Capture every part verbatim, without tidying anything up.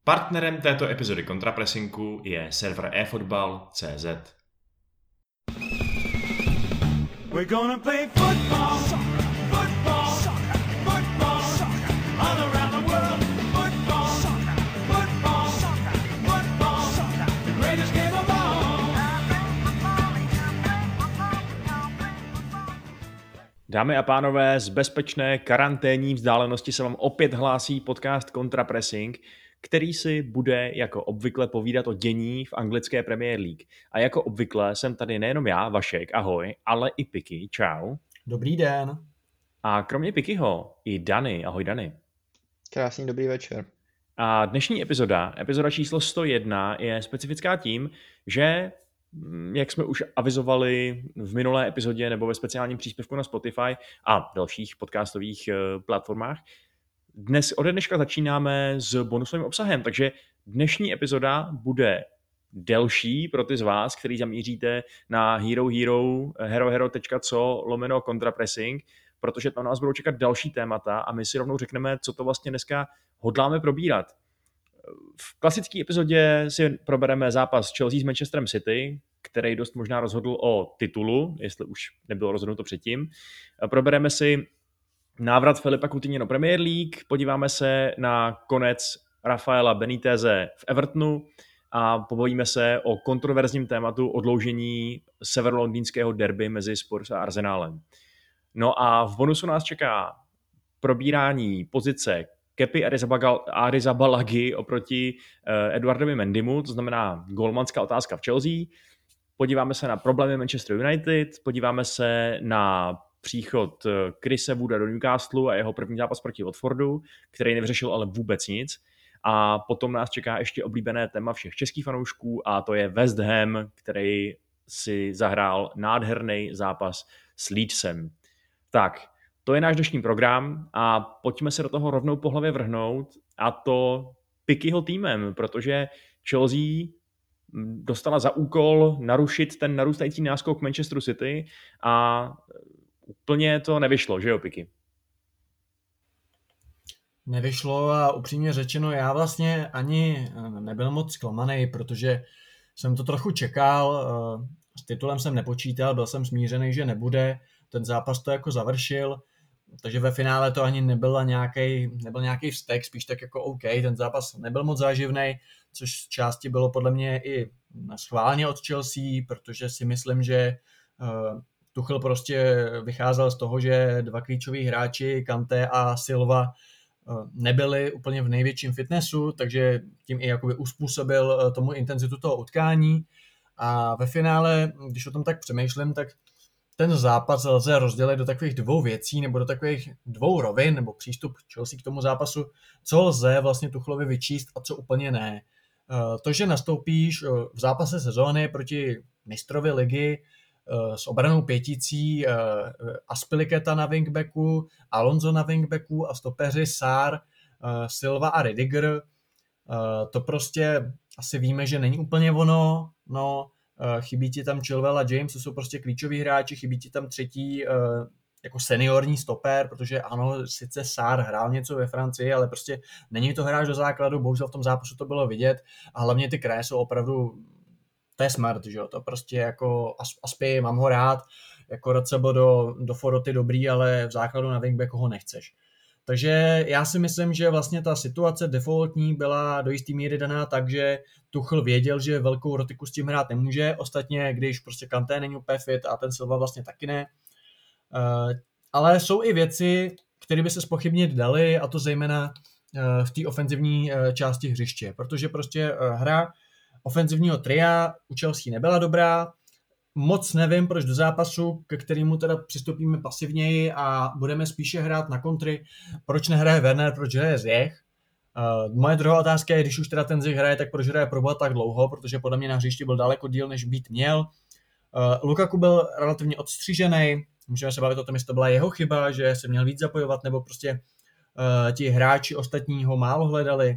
Partnerem této epizody Kontrapressingu je server eFootball tečka cé zet. We're gonna play football, football, football, all around the world. Football, football, football, the greatest game of all. Dámy a pánové, z bezpečné karanténní vzdálenosti se vám opět hlásí podcast Kontrapressing, který si bude jako obvykle povídat o dění v anglické Premier League. A jako obvykle jsem tady nejenom já, Vašek, ahoj, ale i Piky, čau. Dobrý den. A kromě Pikyho i Dany, ahoj Dany. Krásný dobrý večer. A dnešní epizoda, epizoda číslo sto jedna, je specifická tím, že, jak jsme už avizovali v minulé epizodě nebo ve speciálním příspěvku na Spotify a dalších podcastových platformách, dnes ode dneška začínáme s bonusovým obsahem, takže dnešní epizoda bude delší pro ty z vás, kteří zamíříte na hero hero, herohero tečka co lomeno kontrapressing, protože tam nás budou čekat další témata a my si rovnou řekneme, co to vlastně dneska hodláme probírat. V klasické epizodě si probereme zápas Chelsea s Manchesterem City, který dost možná rozhodl o titulu, jestli už nebylo rozhodnuto předtím. Probereme si návrat Filipa Coutinho do Premier League, podíváme se na konec Rafaela Beniteze v Evertonu a pobavíme se o kontroverzním tématu odloužení severolondýnského derby mezi Spurs a Arsenálem. No a v bonusu nás čeká probírání pozice Kepi Arrizabalagy oproti Eduardovi Mendimu, to znamená golmanská otázka v Chelsea. Podíváme se na problémy Manchester United, podíváme se na příchod Chrise Wooda do Newcastle a jeho první zápas proti Watfordu, který nevyřešil ale vůbec nic. A potom nás čeká ještě oblíbené téma všech českých fanoušků a to je West Ham, který si zahrál nádherný zápas s Leedsem. Tak, to je náš dnešní program a pojďme se do toho rovnou po hlavě vrhnout, a to Pikyho týmem, protože Chelsea dostala za úkol narušit ten narůstající náskok Manchesteru City a úplně to nevyšlo, že jo, Piky? Nevyšlo a upřímně řečeno, já vlastně ani nebyl moc zklamaný, protože jsem to trochu čekal, s titulem jsem nepočítal, byl jsem smířený, že nebude, ten zápas to jako završil, takže ve finále to ani nebyl nějaký, nebyl nějaký vztek, spíš tak jako OK, ten zápas nebyl moc záživnej, což z části bylo podle mě i schválně od Chelsea, protože si myslím, že Tuchel prostě vycházel z toho, že dva klíčoví hráči, Kanté a Silva, nebyli úplně v největším fitnessu, takže tím i jakoby uspůsobil tomu intenzitu toho utkání. A ve finále, když o tom tak přemýšlím, tak ten zápas lze rozdělit do takových dvou věcí, nebo do takových dvou rovin, nebo přístup Chelsea k tomu zápasu, co lze vlastně Tuchelovi vyčíst a co úplně ne. To, že nastoupíš v zápase sezóny proti mistrovi ligy s obranou pěticí, Azpilicueta na wingbacku, Alonso na wingbacku a stopeři Sarr, Silva a Rudiger, to prostě asi víme, že není úplně ono, no, chybí ti tam Chilwell a James, to jsou prostě klíčoví hráči, chybí ti tam třetí jako seniorní stoper, protože ano, sice Sarr hrál něco ve Francii, ale prostě není to hráč do základu, bohužel v tom zápasu to bylo vidět a hlavně ty kraje jsou opravdu, to je smrt, že jo, to prostě jako Aspi, mám ho rád, jako Racebo do, do Foroty dobrý, ale v základu na wingbacku ho nechceš. Takže já si myslím, že vlastně ta situace defaultní byla do jistý míry daná tak, že Tuchel věděl, že velkou rotiku s tím hrát nemůže, ostatně když prostě Kanté není úplně fit a ten Silva vlastně taky ne. Uh, ale jsou i věci, které by se zpochybnit daly, a to zejména uh, v té ofenzivní uh, části hřiště, protože prostě uh, hra ofenzivního tria u Chelsea nebyla dobrá, moc nevím, proč do zápasu, ke kterému teda přistoupíme pasivněji a budeme spíše hrát na kontry, proč nehraje Werner, proč hraje Ziyech. Uh, moje druhá otázka je, když už teda ten Ziyech hraje, tak proč hraje Proba tak dlouho, protože podle mě na hřišti byl daleko díl, než být měl. Uh, Lukaku byl relativně odstřižený, můžeme se bavit o tom, jestli to byla jeho chyba, že se měl víc zapojovat, nebo prostě uh, ti hráči ostatní ho málo hledali.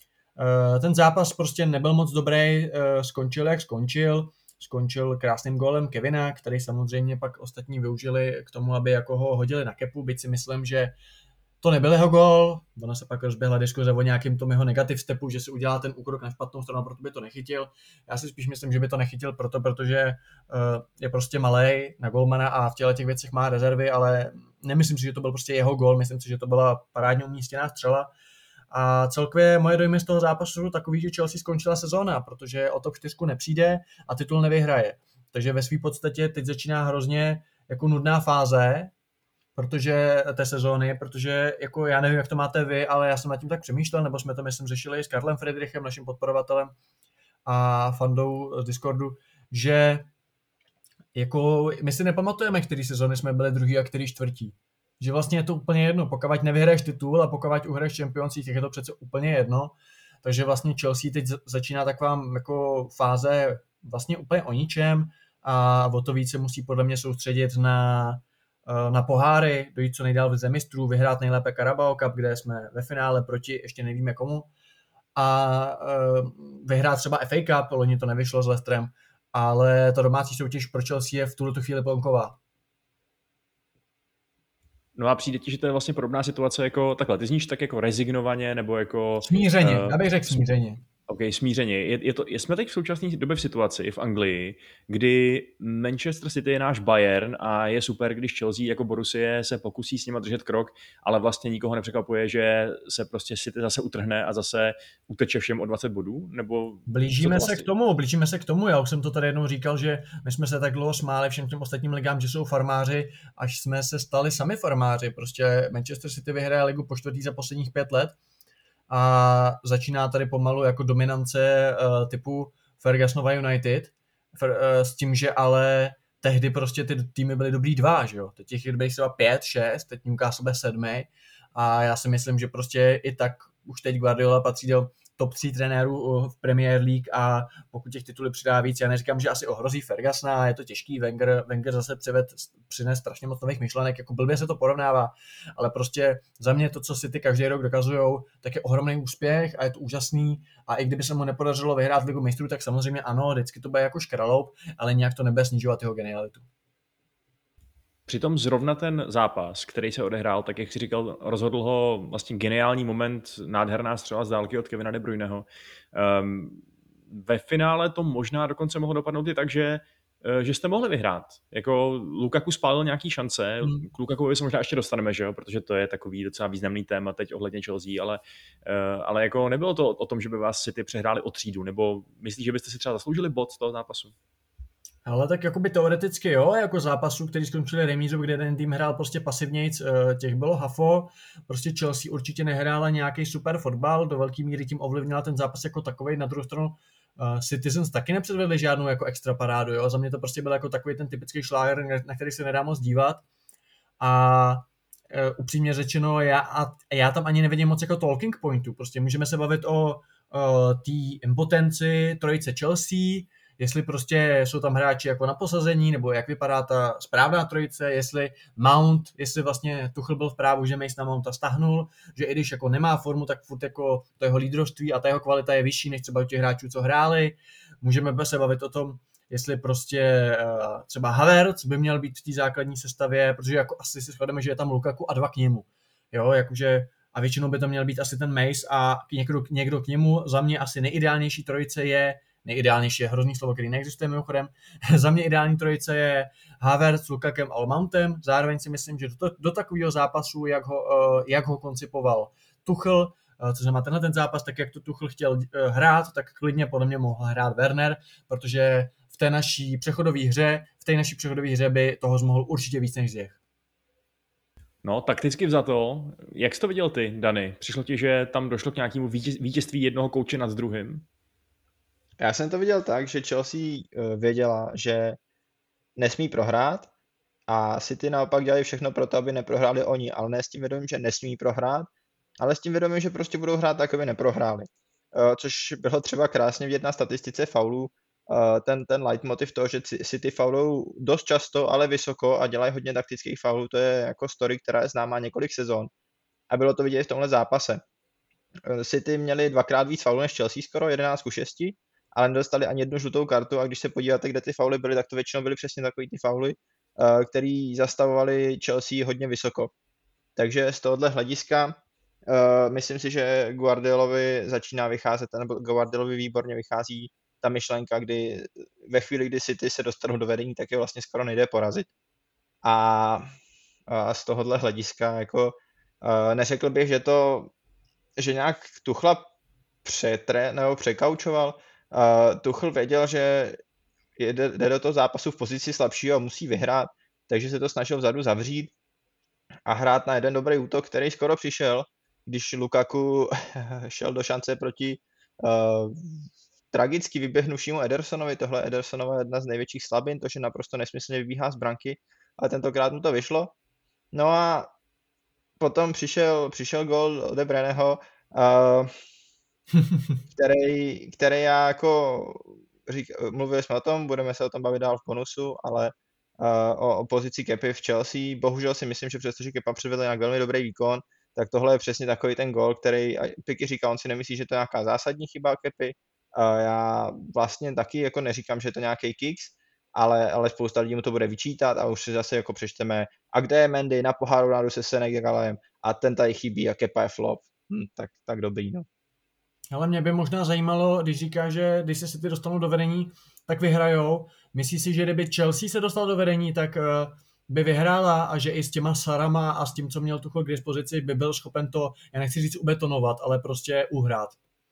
Uh, ten zápas prostě nebyl moc dobrý, uh, skončil jak skončil. Skončil krásným gólem Kevina, který samozřejmě pak ostatní využili k tomu, aby jako ho hodili na kepu, byť si myslím, že to nebyl jeho gól, ona se pak rozběhla diskuze o nějakým tom jeho negativ stepu, že si udělá ten úkrok na špatnou stranu, proto by to nechytil. Já si spíš myslím, že by to nechytil proto, protože uh, je prostě malej na golmana a v těle těch věcech má rezervy, ale nemyslím si, že to byl prostě jeho gól, myslím si, že to byla parádně umístěná střela. A celkově moje dojmy z toho zápasu jsou takový, že Chelsea skončila sezóna, protože o top čtyři nepřijde a titul nevyhraje. Takže ve své podstatě teď začíná hrozně jako nudná fáze, protože té sezóny, protože jako já nevím, jak to máte vy, ale já jsem nad tím tak přemýšlel, nebo jsme to myslím řešili s Karlem Friedrichem, naším podporovatelem a fandou z Discordu, že jako my si nepamatujeme, který sezóny jsme byli druhý a který čtvrtí. Že vlastně je to úplně jedno, pokud nevyhraješ titul a pokud uhraješ Champions League, tak je to přece úplně jedno. Takže vlastně Chelsea teď začíná taková jako fáze vlastně úplně o ničem a o to více musí podle mě soustředit na, na poháry, dojít co nejdál v Lize mistrů, vyhrát nejlépe Carabao Cup, kde jsme ve finále proti ještě nevíme komu, a vyhrát třeba F A Cup, loni to nevyšlo s Leicesterem, ale ta domácí soutěž pro Chelsea je v tuto chvíli plonková. No a přijde ti, že to je vlastně podobná situace jako takhle. Ty zníš tak jako rezignovaně nebo jako... Smířeně, uh, já bych řekl smířeně. OK, smířeně. Je, je to, jsme teď v současné době v situaci v Anglii, kdy Manchester City je náš Bayern a je super, když Chelsea jako Borussia se pokusí s nima držet krok, ale vlastně nikoho nepřekvapuje, že se prostě City zase utrhne a zase uteče všem o dvacet bodů? Nebo blížíme vlastně? se k tomu, blížíme se k tomu. Já už jsem to tady jednou říkal, že my jsme se tak dlouho smáli všem těm ostatním ligám, že jsou farmáři, až jsme se stali sami farmáři. Prostě Manchester City vyhraje ligu po čtvrtý za posledních pět let a začíná tady pomalu jako dominance uh, typu Fergusonova United, Fer, uh, s tím, že ale tehdy prostě ty týmy byly dobrý dva, že jo. Teď těch je třeba pět, šest, teď Newcastle bude sedmi a já si myslím, že prostě i tak už teď Guardiola patří do top tří trenérů v Premier League a pokud těch titulů přidá víc, já neříkám, že asi ohrozí Fergusona, je to těžký, Wenger, Wenger zase přived, přines strašně moc nových myšlenek, jako blbě se to porovnává, ale prostě za mě to, co si ty každý rok dokazujou, tak je ohromný úspěch a je to úžasný a i kdyby se mu nepodařilo vyhrát ligu mistrů, tak samozřejmě ano, vždycky to bude jako škraloup, ale nějak to nebude snižovat jeho genialitu. Přitom zrovna ten zápas, který se odehrál, tak jak si říkal, rozhodl ho vlastně geniální moment, nádherná střela z dálky od Kevina De Bruyneho. Um, ve finále to možná dokonce mohlo dopadnout i tak, že, že jste mohli vyhrát. Jako Lukaku spálil nějaký šance, hmm. k Lukakovi se možná ještě dostaneme, že jo? Protože to je takový docela významný téma teď ohledně Chelsea, ale, uh, ale jako nebylo to o tom, že by vás City přehráli o třídu, nebo myslíš, že byste si třeba zasloužili bod z toho zápasu? Ale tak jakoby teoreticky jo, jako zápasů, který skončili remízou, kde ten tým hrál prostě pasivnějc, těch bylo hafo, prostě Chelsea určitě nehrála nějaký super fotbal, do velké míry tím ovlivnila ten zápas jako takovej, na druhou stranu uh, Citizens taky nepředvedli žádnou jako extra parádu, jo, za mě to prostě byl jako takový ten typický šláger, na který se nedá moc dívat a uh, upřímně řečeno, já, a, já tam ani nevidím moc jako talking pointu, prostě můžeme se bavit o uh, té impotenci trojice Chelsea, jestli prostě jsou tam hráči jako na posazení, nebo jak vypadá ta správná trojice, jestli Mount, jestli vlastně Tuchel byl v právu, že Mason Mounta stáhnul, že i když jako nemá formu, tak furt jako to jeho lídrovství a ta jeho kvalita je vyšší než třeba u těch hráčů, co hráli. Můžeme se bavit o tom, jestli prostě uh, třeba Havertz by měl být v té základní sestavě, protože jako asi si shodeme, že je tam Lukaku a dva k němu. Jo, jakože a většinou by to měl být asi ten Mace a někdo, někdo k němu. Za mě asi nejideálnější trojice je nejideálnější je hrozný slovo, který neexistuje mimochodem. Za mě ideální trojice je Havertz, Lukakem a Mountem. Zároveň si myslím, že do, do takového zápasu, jak ho, jak ho koncipoval Tuchel, co znamená tenhle ten zápas, tak jak to Tuchel chtěl hrát, tak klidně podle mě mohl hrát Werner, protože v té naší přechodové hře, v té naší přechodové hře by toho zmohl určitě víc než Ziyech. No, takticky vzato, jak jsi to viděl ty, Dany? Přišlo ti, že tam došlo k nějakému vítězství jednoho kouče nad druhým? Já jsem to viděl tak, že Chelsea věděla, že nesmí prohrát a City naopak dělali všechno pro to, aby neprohráli oni, ale ne s tím vědomím, že nesmí prohrát, ale s tím vědomím, že prostě budou hrát tak, aby neprohráli. Což bylo třeba krásně vidět na statistice faulů, ten, ten leitmotiv toho, že City faulou dost často, ale vysoko a dělají hodně taktických faulů, to je jako story, která je známá několik sezon a bylo to vidět v tomhle zápase. City měli dvakrát víc faulů než Chelsea, skoro jedenáct ku šesti, ale nedostali ani jednu žlutou kartu a když se podíváte, kde ty fauly byly, tak to většinou byly přesně takový ty fauly, který zastavovali Chelsea hodně vysoko. takže z tohohle hlediska uh, myslím si, že Guardiolovi začíná vycházet, nebo Guardiolovi výborně vychází ta myšlenka, kdy ve chvíli, kdy City se dostanou do vedení, tak je vlastně skoro nejde porazit. A, a z tohohle hlediska jako uh, neřekl bych, že to, že nějak Tuchla přetre, nebo překaučoval. Uh, Tuchl věděl, že jde, jde do toho zápasu v pozici slabšího a musí vyhrát, takže se to snažil vzadu zavřít a hrát na jeden dobrý útok, který skoro přišel, když Lukaku šel do šance proti uh, tragicky vyběhnušímu Edersonovi. Tohle Edersonova je jedna z největších slabin, to, že naprosto nesmyslně vybíhá z branky, ale tentokrát mu to vyšlo. No a potom přišel, přišel gól od De Bruyneho, uh, který, který já jako řík, mluvili jsme o tom, budeme se o tom bavit dál v bonusu, ale uh, o, o pozici Kepy v Chelsea, bohužel si myslím, že přestože Kepa předvedl nějak velmi dobrý výkon, tak tohle je přesně takový ten gól, který Piky říká, on si nemyslí, že to je nějaká zásadní chyba Kepy. Uh, já vlastně taky jako neříkám, že je to nějaký kicks, ale, ale spousta lidí mu to bude vyčítat a už si zase jako přečteme, a kde je Mendy na poháru národů se Senegalem a ten tady chybí a Kepa je flop. Hm, tak, tak dobrý, no. Ale mě by možná zajímalo, když říká, že když se City dostanou do vedení, tak vyhrajou. Myslíš si, že kdyby Chelsea se dostal do vedení, tak uh, by vyhrála a že i s těma Sarama a s tím, co měl Tuchel k dispozici, by byl schopen to, já nechci říct ubetonovat, ale prostě uhrát?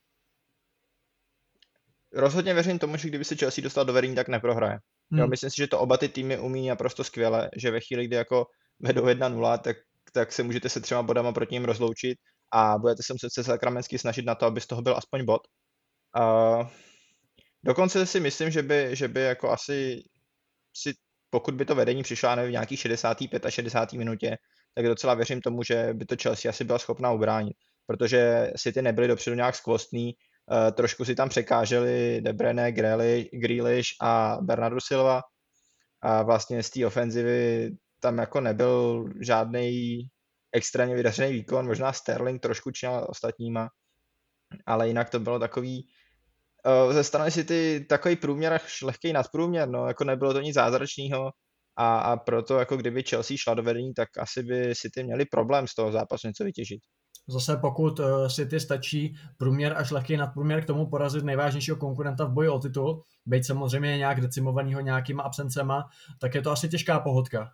Rozhodně věřím tomu, že kdyby se Chelsea dostal do vedení, tak neprohraje. Hmm. Jo, myslím si, že to oba ty týmy umí naprosto skvěle, že ve chvíli, kdy jako vedou jedna nula, tak, tak se můžete se třema bodama proti ním rozloučit a budete se muset se sakramensky snažit na to, aby z toho byl aspoň bod. Uh, dokonce si myslím, že by, že by jako asi si, pokud by to vedení přišlo nevím, v nějaký šedesáté páté a šedesáté minutě, tak docela věřím tomu, že by to Chelsea asi byla schopná ubránit, protože City nebyli dopředu nějak skvostný, uh, trošku si tam překáželi De Bruyne, Grealish a Bernardo Silva a vlastně z té ofenzivy tam jako nebyl žádnej extrémně vydařený výkon, možná Sterling trošku činil ostatníma, ale jinak to bylo takový uh, ze strany City takový průměr až lehký nadprůměr, no, jako nebylo to nic zázračného a, a proto jako kdyby Chelsea šla do vedení, tak asi by City měli problém z toho zápasu něco vytěžit. Zase pokud uh, City stačí průměr až lehký nadprůměr k tomu porazit nejvážnějšího konkurenta v boji o titul, byť samozřejmě nějak decimovanýho nějakýma absencema, tak je to asi těžká pohodka.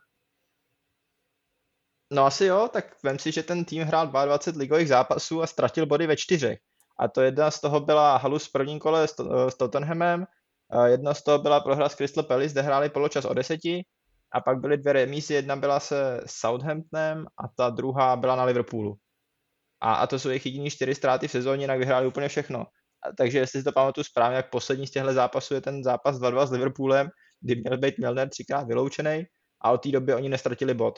No asi jo, tak vem si, že ten tým hrál dvacet dva ligových zápasů a ztratil body ve čtyřech. A to jedna z toho byla halus v prvním kole s, s Tottenhamem, jedna z toho byla prohra s Crystal Palace, kde hráli poločas o deseti, a pak byly dvě remízy, jedna byla se Southamptonem a ta druhá byla na Liverpoolu. A, a to jsou jejich jediný čtyři ztráty v sezóně, jinak vyhráli úplně všechno. A, takže jestli si to pamatuju správně, jak poslední z těchto zápasů je ten zápas dva dva s Liverpoolem, kdy měl být Milner třikrát vyloučený a od té doby oni nestratili bod.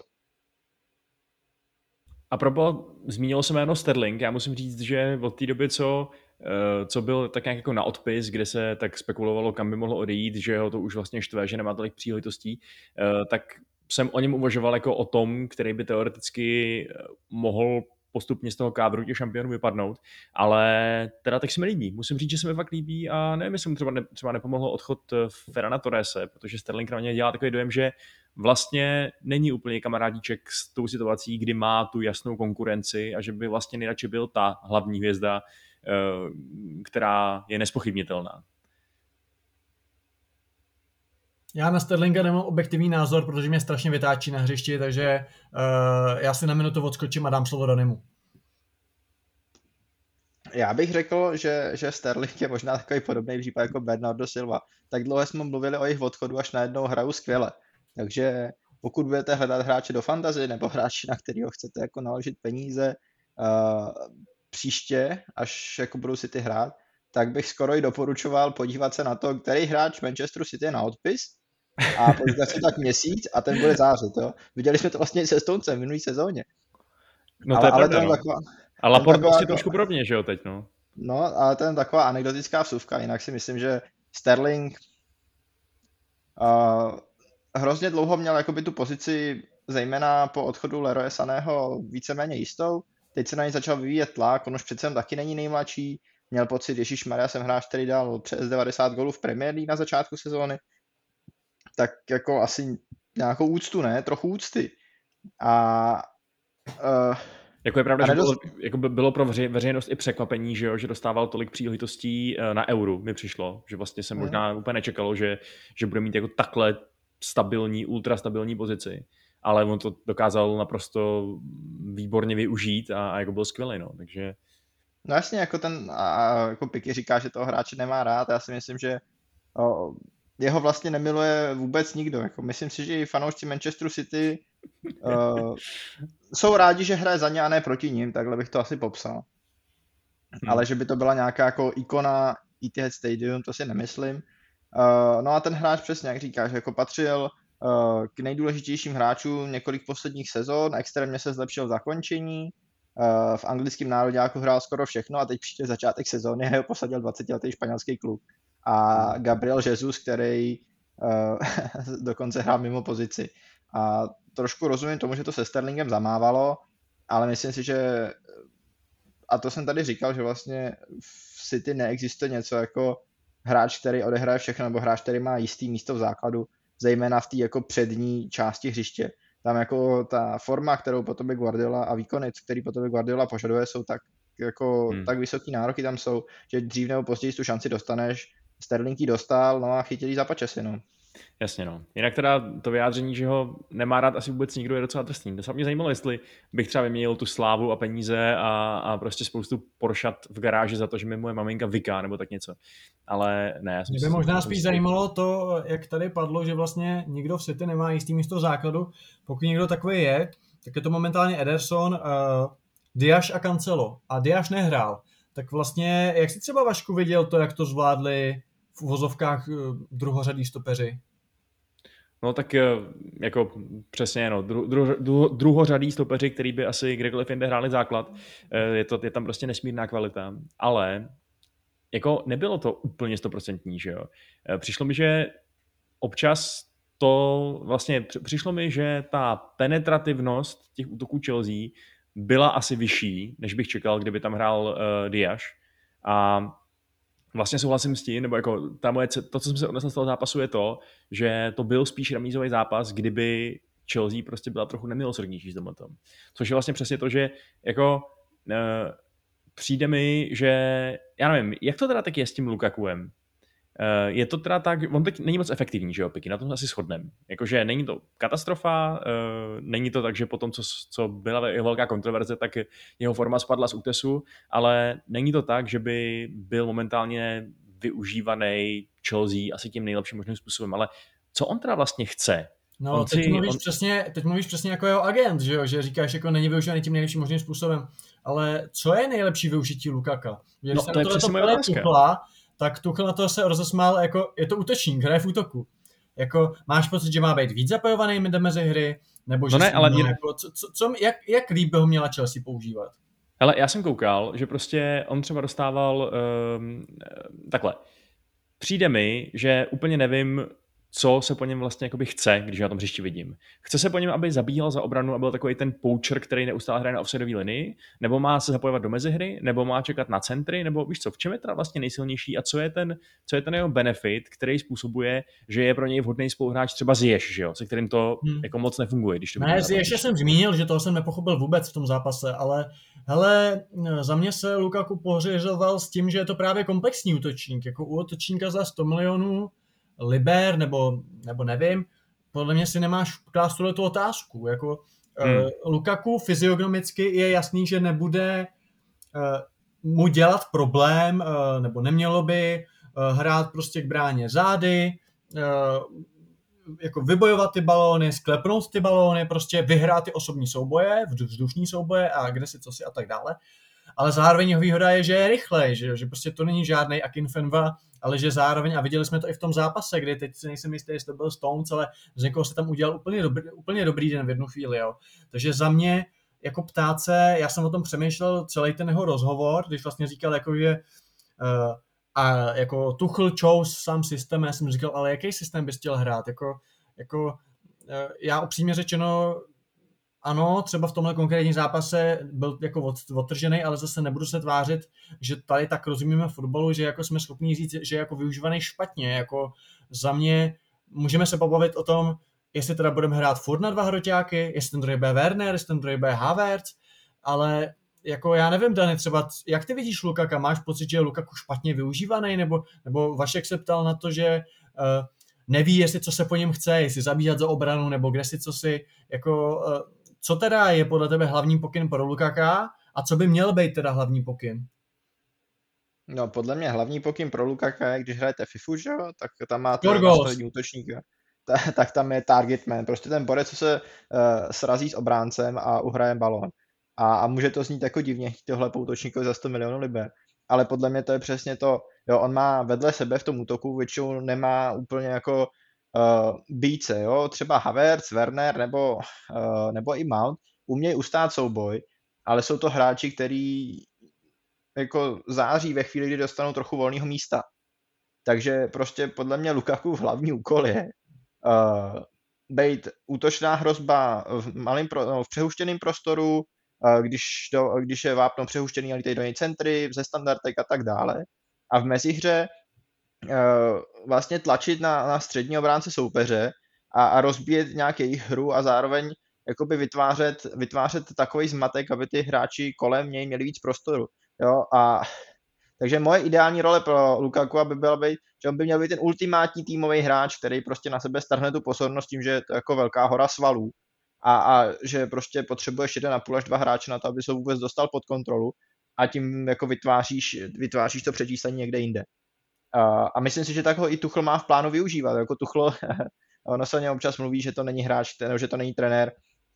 A propo, zmínilo se jméno Sterling, já musím říct, že od té doby, co, co byl tak nějak jako na odpis, kde se tak spekulovalo, kam by mohlo odejít, že ho to už vlastně štve, že nemá tolik příležitostí, tak jsem o něm uvažoval jako o tom, který by teoreticky mohl postupně z toho kádru těch šampionů vypadnout, ale teda tak se mi líbí. Musím říct, že se mi fakt líbí a nevím, jestli mu třeba, ne, třeba nepomohlo odchod Ferrana Torrese, protože Sterling na mě dělá takový dojem, že vlastně není úplně kamarádíček s tou situací, kdy má tu jasnou konkurenci a že by vlastně nejradši byl ta hlavní hvězda, která je nespochybnitelná. Já na Sterlinga nemám objektivní názor, protože mě strašně vytáčí na hřišti, takže uh, já si na minutu odskočím a dám slovo Danimu. Já bych řekl, že, že Sterling je možná takový podobný případ jako Bernardo Silva. Tak dlouho jsme mluvili o jejich odchodu, až najednou hrajou skvěle. Takže pokud budete hledat hráče do fantasy nebo hráče, na kterého chcete jako naložit peníze uh, příště, až jako budou City hrát, tak bych skoro i doporučoval podívat se na to, který hráč Manchesteru City je na odpis a podívat se tak měsíc a ten bude zářit. Jo? Viděli jsme to vlastně se Stoncem v minulý sezóně. No to ale, je pravda, ale no. taková, a Laporte prostě jako, trošku podobně, že jo, teď, no. No, ale to je taková anekdotická vsuvka, jinak si myslím, že Sterling uh, hrozně dlouho měl jakoby tu pozici, zejména po odchodu Leroye Saného, víceméně jistou. Teď se na něj začal vyvíjet tlak, on už přece taky není nejmladší. Měl pocit, ježišmarja, jsem hráč, který dal přes devadesát gólů v Premier League na začátku sezóny. Tak jako asi nějakou úctu, ne? Trochu úcty. A Uh, Jako je pravda, a že nedost... bylo, jako by bylo pro veři- veřejnost i překvapení, že, jo, že dostával tolik příležitostí eh, na Euru, mi přišlo, že vlastně se Hmm. možná úplně nečekalo, že, že bude mít jako takhle stabilní, ultra stabilní pozici, ale on to dokázal naprosto výborně využít a, a jako byl skvělý, no, takže... No jasně, jako ten, a jako Piky říká, že toho hráče nemá rád, já si myslím, že o, jeho vlastně nemiluje vůbec nikdo, jako myslím si, že i fanoušci Manchesteru City uh, jsou rádi, že hraje za ně a ne proti ním, takhle bych to asi popsal. Hmm. Ale že by to byla nějaká jako ikona Etihad Stadium, to si nemyslím. Uh, no a ten hráč přesně, jak říkáš, jako patřil uh, k nejdůležitějším hráčům několik posledních sezon, extrémně se zlepšil v zakončení, uh, v anglickém nároďáku hrál skoro všechno a teď přijde začátek sezóny a ho posadil dvacetiletý španělský klub. A Gabriel Jesus, který uh, dokonce hrál mimo pozici. A trošku rozumím tomu, že to se Sterlingem zamávalo, ale myslím si, že a to jsem tady říkal, že vlastně v City neexistuje něco jako hráč, který odehraje všechno, nebo hráč, který má jistý místo v základu, zejména v té jako přední části hřiště. Tam jako ta forma, kterou po tobě Guardiola a výkony, který po tobě Guardiola požaduje, jsou tak jako hmm. tak vysoký nároky tam jsou, že dřív nebo později tu šanci dostaneš. Sterling ji dostal, no a chytil za pačesy, no. Jasně, no. Jinak teda to vyjádření, že ho nemá rád asi vůbec nikdo, je docela trestný. To se mě zajímalo, jestli bych třeba vyměnil tu slávu a peníze a, a prostě spoustu Poršat v garáži za to, že mi moje maminka vyká nebo tak něco. Ale ne, já jsem Mě by možná spíš zajímalo to, jak tady padlo, že vlastně nikdo v City nemá jistý místo v základu. Pokud někdo takový je, tak je to momentálně Ederson, uh, Diaz a Cancelo. A Diaz nehrál. Tak vlastně, jak jsi třeba, Vašku, viděl to, jak to zvládli v uvozovkách uh, druhořadý stopeři? No tak jako přesně, no, dru, dru, dru, druhořadý stopeři, který by asi kdekoliv jinde hráli základ, je, to, je tam prostě nesmírná kvalita, ale jako nebylo to úplně stoprocentní, že jo. Přišlo mi, že občas to vlastně, přišlo mi, že ta penetrativnost těch útoků Chelsea byla asi vyšší, než bych čekal, kdyby tam hrál uh, Diaz. A vlastně souhlasím s tím, nebo jako ta moje, to, co jsem se odnesl z toho zápasu, je to, že to byl spíš remízový zápas, kdyby Chelsea prostě byla trochu nemilosrdnější s tomhletom. Což je vlastně přesně to, že jako uh, přijde mi, že já nevím, jak to teda taky je s tím Lukakuem? Uh, je to teda tak, on teď není moc efektivní, že jo, Piky, na tom asi shodneme. Jakože není to katastrofa, uh, není to tak, že po tom, co, co byla jeho velká kontroverze, tak jeho forma spadla z útesu, ale není to tak, že by byl momentálně využívaný Chelsea asi tím nejlepším možným způsobem, ale co on teda vlastně chce? No, on teď, si, mluvíš on... přesně, teď mluvíš přesně jako jeho agent, že jo, že říkáš, jako není využívaný tím nejlepším možným způsobem, ale co je nejlepší využití Lukaka? Že no, to je přesně moje otázka. Tuchla, tak Tuchel na to se rozesmál, jako je to útočník, hraje v útoku. Jako máš pocit, že má být víc zapojovaný mezi hry, nebo že no ne, ale mě... jako, co, co, co, jak, jak líp by ho měla Chelsea používat? Hele, já jsem koukal, že prostě on třeba dostával um, takhle. Přijde mi, že úplně nevím, co se po něm vlastně jakoby chce, když na tom hřišti vidím. Chce se po něm, aby zabíhal za obranu a byl takový ten poacher, který neustále hraje na offsideové linii, nebo má se zapojovat do mezihry, nebo má čekat na centry, nebo víš co, v čem je teda vlastně nejsilnější a co je ten, co je ten jeho benefit, který způsobuje, že je pro něj vhodný spoluhráč třeba Ziyech, že jo, se kterým to hmm. jako moc nefunguje. Když to ne, Ziyech jsem zmínil, že toho jsem nepochopil vůbec v tom zápase, ale hele, za mě se Lukaku pořizoval s tím, že je to právě komplexní útočník, jako u útočníka za sto milionů liber, nebo, nebo nevím, podle mě si nemáš klást tu otázku. Jako, hmm. uh, Lukaku fyziognomicky je jasný, že nebude uh, mu dělat problém, uh, nebo nemělo by uh, hrát prostě k bráně zády, uh, jako vybojovat ty balóny, sklepnout ty balóny, prostě vyhrát ty osobní souboje, vzdušní souboje a kde si, co si a tak dále. Ale zároveň jeho výhoda je, že je rychlej, že, že prostě to není žádnej Akinfenva, ale že zároveň, a viděli jsme to i v tom zápase, kdy teď si nejsem jistý, jestli to byl Stones, ale z někoho se tam udělal úplně dobrý, úplně dobrý den v jednu chvíli. Jo. Takže za mě, jako ptát se, já jsem o tom přemýšlel celý ten jeho rozhovor, když vlastně říkal, jako, že uh, a jako Tuchel chose sám systém, já jsem říkal, ale jaký systém bys chtěl hrát? Jako, jako, uh, já upřímně řečeno, ano, třeba v tomhle konkrétním zápase byl jako odtržený, ale zase nebudu se tvářit, že tady tak rozumíme fotbalu, že jako jsme schopni říct, že je jako využívaný špatně. Jako za mě můžeme se pobavit o tom, jestli teda budeme hrát furt na dva hroťáky, jestli ten druhý bude Werner, jestli ten druhý bude Havertz, ale jako já nevím, Dani, třeba jak ty vidíš Lukaka, máš pocit, že je Lukaku špatně využívaný, nebo, nebo Vašek se ptal na to, že uh, neví, jestli co se po něm chce, jestli zabíhat za obranu, nebo kde si co si, jako, uh, co teda je podle tebe hlavní pokyn pro Lukaka a co by měl být teda hlavní pokyn? No, podle mě hlavní pokyn pro Lukaka je, když hrajete FIFU, že jo, tak tam máte Score goals. nastavení útočníka. Ta, tak tam je target man, prostě ten borec, co se uh, srazí s obráncem a uhraje balón. A, a může to znít jako divně, tohle po útočníkovi za sto milionů liber. Ale podle mě to je přesně to, jo, on má vedle sebe v tom útoku, většinou nemá úplně jako uh, bíce, jo, třeba Havertz, Werner nebo, uh, nebo i Mount umějí ustát souboj, ale jsou to hráči, který jako září ve chvíli, kdy dostanou trochu volného místa. Takže prostě podle mě Lukaku hlavní úkol je uh, být útočná hrozba v, malým pro, no, v přehuštěném prostoru, uh, když, do, když je vápno přehuštěný a lítají do něj centry, ze standardek a tak dále. A v mezihře uh, vlastně tlačit na, na střední obránce soupeře a, a rozbíjet nějak jejich hru a zároveň jakoby vytvářet, vytvářet takový zmatek, aby ty hráči kolem něj měli víc prostoru. Jo, a takže moje ideální role pro Lukaku by byla být, že on by měl být ten ultimátní týmový hráč, který prostě na sebe strhne tu pozornost tím, že je to jako velká hora svalů a, a že prostě potřebuješ jeden a půl až dva hráče na to, aby se vůbec dostal pod kontrolu a tím jako vytváříš, vytváříš to přečíslení někde jinde. A, a myslím si, že tak ho i Tuchel má v plánu využívat. Jako Tuchel, ono se o něm občas mluví, že to není hráč, že to není trenér,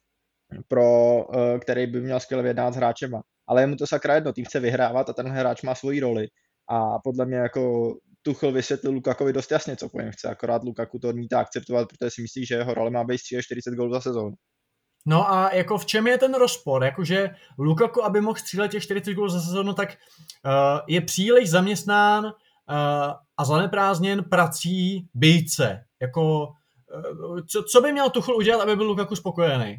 pro, který by měl skvěle vyjednat s hráčema. Ale je mu to sakra jedno, tým chce vyhrávat a tenhle hráč má svoji roli. A podle mě jako Tuchel vysvětlil Lukakovi dost jasně, co po něm chce, akorát Lukaku to odmítá akceptovat, protože si myslí, že jeho role má být střílet čtyřicet gólů za sezónu. No a jako v čem je ten rozpor? Jakože Lukaku, aby mohl střílet těch čtyřicet gólů za sezónu, tak uh, je příliš zaměstnán uh, a zaneprázdněn prací bejce. Jako, uh, co, co by měl Tuchel udělat, aby byl Lukaku spokojený?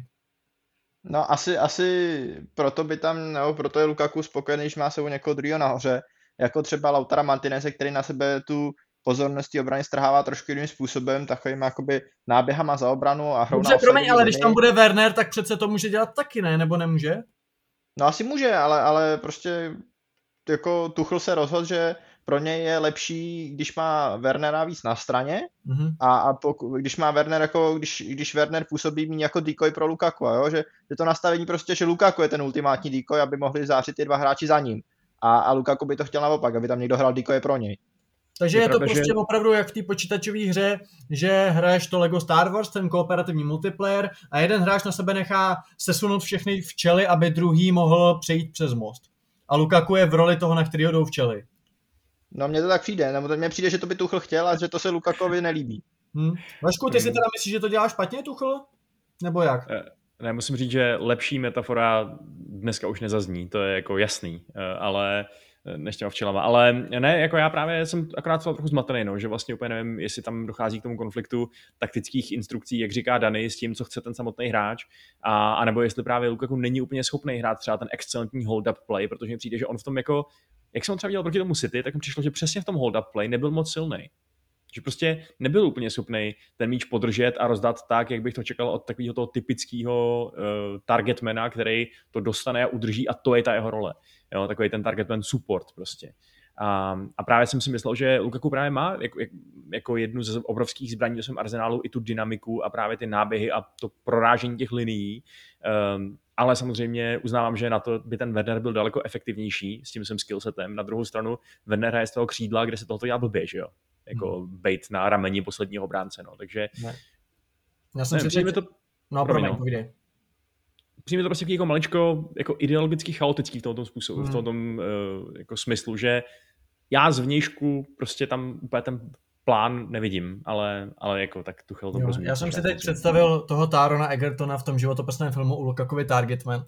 No asi, asi proto by tam, nebo proto je Lukaku spokojený, když má sebou někoho druhého nahoře, jako třeba Lautara Martineze, který na sebe tu pozornost obrany strhává trošku jiným způsobem, takovým jakoby náběhama za obranu a hrou Dobře, na promiň, ale když linii. tam bude Werner, tak přece to může dělat taky, ne? Nebo nemůže? No asi může, ale, ale prostě jako Tuchel se rozhodl, že pro něj je lepší, když má Wernera víc na straně Mm-hmm. a, a poku, když má Werner jako, když, když Werner působí méně jako decoy pro Lukaku, jo? Že, že to nastavení prostě, že Lukaku je ten ultimátní decoy, aby mohli zářit ty dva hráči za ním. A, a Lukaku by to chtěl naopak, aby tam někdo hrál decoy pro něj. Takže je, je to pravda, prostě že... opravdu jak v té počítačové hře, že hraješ to Lego Star Wars, ten kooperativní multiplayer a jeden hráč na sebe nechá sesunout všechny včely, aby druhý mohl přejít přes most. A Lukaku je v roli toho, na kterýho jdou včely. No mně to tak přijde, nebo to mně přijde, že to by Tuchel chtěl a že to se Lukakovi nelíbí. Hmm. Vašku, ty hmm. si teda myslíš, že to dělá špatně, Tuchel? Nebo jak? Ne, musím říct, že lepší metafora dneska už nezazní, to je jako jasný, ale než těma včelama, ale ne, jako já právě jsem akorát trochu zmatený, no, že vlastně úplně nevím, jestli tam dochází k tomu konfliktu taktických instrukcí, jak říká Dani, s tím, co chce ten samotný hráč, a, a nebo jestli právě Lukaku není úplně schopný hrát třeba ten excelentní hold-up play, protože mi přijde, že on v tom jako, jak jsem třeba viděl proti tomu City, tak mi přišlo, že přesně v tom hold-up play nebyl moc silný. Že prostě nebyl úplně schopný ten míč podržet a rozdat tak, jak bych to čekal od takového toho typického uh, targetmana, který to dostane a udrží a to je ta jeho role. Jo, takový ten targetman support prostě. A, a právě jsem si myslel, že Lukaku právě má jako, jako jednu z obrovských zbraní do svém arzenálu i tu dynamiku a právě ty náběhy a to prorážení těch linií. Um, ale samozřejmě uznávám, že na to by ten Werner byl daleko efektivnější s tím svým skillsetem. Na druhou stranu Werner je z toho křídla, kde se tohoto dělá blbě, že jo? Jako hmm. bejt na rameni posledního bránce, no. Takže ne. Já jsem ne, si teď... to... No, promiň, no. Povídej. Přijme to prostě jako maličko jako ideologicky chaotický v tomto způsobu, hmm. v tomto uh, jako smyslu, že já zvnějšku prostě tam úplně ten plán nevidím, ale, ale jako tak Tuchel to rozumí. Já jsem si teď představil toho Tarona Egertona v tom životopisném filmu u Lukakovi Targetman,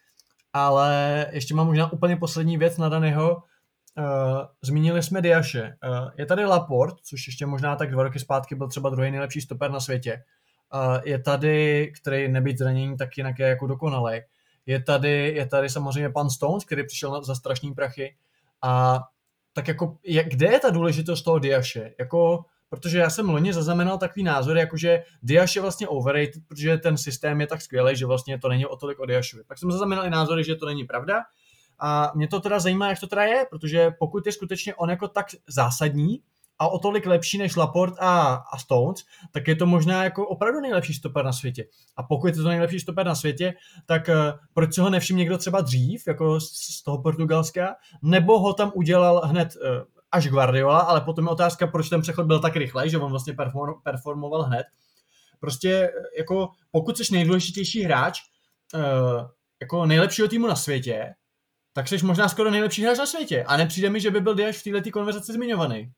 ale ještě mám možná úplně poslední věc na Danyho. Uh, zmínili jsme Diaše. Uh, je tady Laporte, což ještě možná tak dva roky zpátky byl třeba druhý nejlepší stoper na světě. Uh, je tady, který nebýt zranění, tak jinak je jako dokonalý. Je tady, je tady samozřejmě pan Stones, který přišel na, za strašný prachy. A tak jako, je, kde je ta důležitost toho Diaše? Jako, protože já jsem loni zaznamenal takový názor, jakože Diaš je vlastně overrated, protože ten systém je tak skvělý, že vlastně to není o tolik o Diašovi. Tak jsem zaznamenal i názory, že to není pravda. A mě to teda zajímá, jak to teda je, protože pokud je skutečně on jako tak zásadní a o tolik lepší než Laporte a, a Stones, tak je to možná jako opravdu nejlepší stoper na světě. A pokud je to nejlepší stoper na světě, tak uh, proč si ho nevšiml někdo třeba dřív, jako z, z toho Portugalska, nebo ho tam udělal hned uh, až Guardiola, ale potom je otázka, proč ten přechod byl tak rychlej, že on vlastně perform, performoval hned. Prostě jako pokud jsi nejdůležitější hráč uh, jako nejlepšího týmu na světě, tak jsi možná skoro nejlepší hráč na světě. A nepřijde mi, že by byl Diaš v této konverzaci zmiňovaný.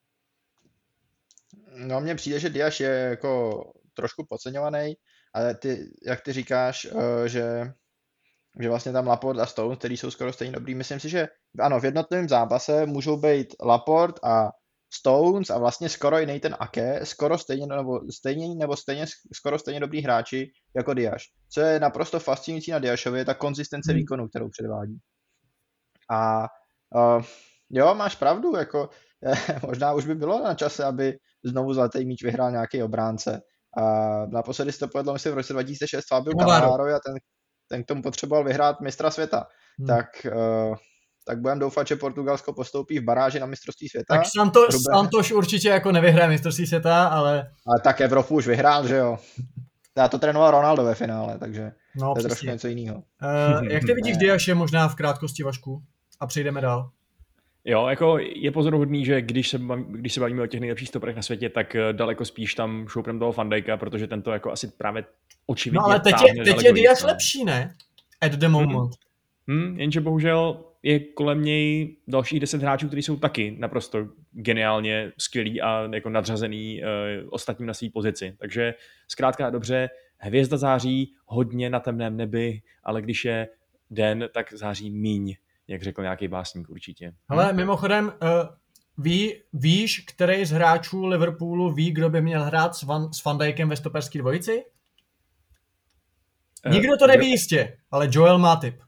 No mně přijde, že Diaš je jako trošku podceňovaný, ale ty, jak ty říkáš, že, že vlastně tam Laporte a Stones, který jsou skoro stejně dobrý, myslím si, že ano, v jednotlivém zápase můžou být Laporte a Stones a vlastně skoro i Nathan Ake, skoro stejně nebo stejně nebo stejně skoro stejně dobrý hráči jako Diaš. Co je naprosto fascinující na Diašovi, je ta konzistence Hmm. výkonu, kterou předvádí. A uh, jo, máš pravdu, jako možná už by bylo na čase, aby znovu zlatý míč vyhrál nějaký obránce. A naposledy se to povedlo, myslím, v roce dva tisíce šest Fabio Cannavaro a ten, ten k tomu potřeboval vyhrát mistra světa. Hmm. Tak, uh, tak budeme doufat, že Portugalsko postoupí v baráži na mistrovství světa. Tak Santos, Santos určitě jako nevyhraje mistrovství světa, ale... Ale tak Evropu už vyhrál, že jo. Já to trénoval Ronaldo ve finále, takže no, to je trošku něco jiného. Uh, jak ty vidíš Diaše možná v krátkosti, Vašku? A přejdeme dál. Jo, jako je pozoruhodný, že když se, baví, když se bavíme o těch nejlepších stoperech na světě, tak daleko spíš tam šoupnem toho Van Dijka, protože tento jako asi právě očividně... No ale teď je, teď je Dias lepší, ne? At the moment. Hmm. Hmm, jenže bohužel je kolem něj dalších deset hráčů, kteří jsou taky naprosto geniálně skvělí a jako nadřazený uh, ostatním na své pozici. Takže zkrátka dobře, hvězda září hodně na temném nebi, ale když je den, tak září míň, jak řekl nějaký básník určitě. Ale hmm. mimochodem, uh, ví, víš, který z hráčů Liverpoolu ví, kdo by měl hrát s Van, s Van Dijkem ve stoperské dvojici? Uh, Nikdo to neví kdo... jistě, ale Joel má tip.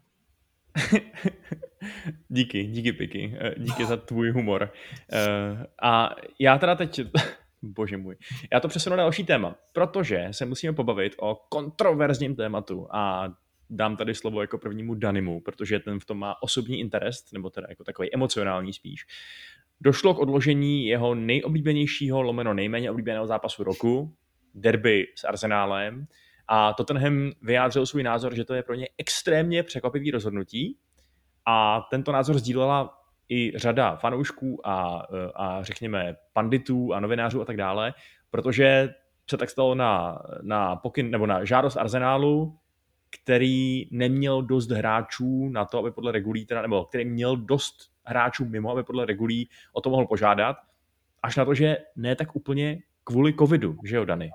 díky, díky Piky, díky za tvůj humor. Uh, a já teda teď... Bože můj. Já to přesunu na další téma, protože se musíme pobavit o kontroverzním tématu a dám tady slovo jako prvnímu Danimu, protože ten v tom má osobní interest, nebo teda jako takový emocionální spíš. Došlo k odložení jeho nejoblíbenějšího, lomeno nejméně oblíbeného zápasu roku, derby s Arsenálem, a Tottenham vyjádřil svůj názor, že to je pro ně extrémně překvapivý rozhodnutí a tento názor sdílela i řada fanoušků a, a řekněme panditů a novinářů a tak dále, protože se tak stalo na, na pokyn, nebo na žádost Arsenálu, který neměl dost hráčů na to, aby podle regulí, teda, nebo který měl dost hráčů mimo, aby podle regulí o to mohl požádat, až na to, že ne tak úplně kvůli covidu, že jo, Dani?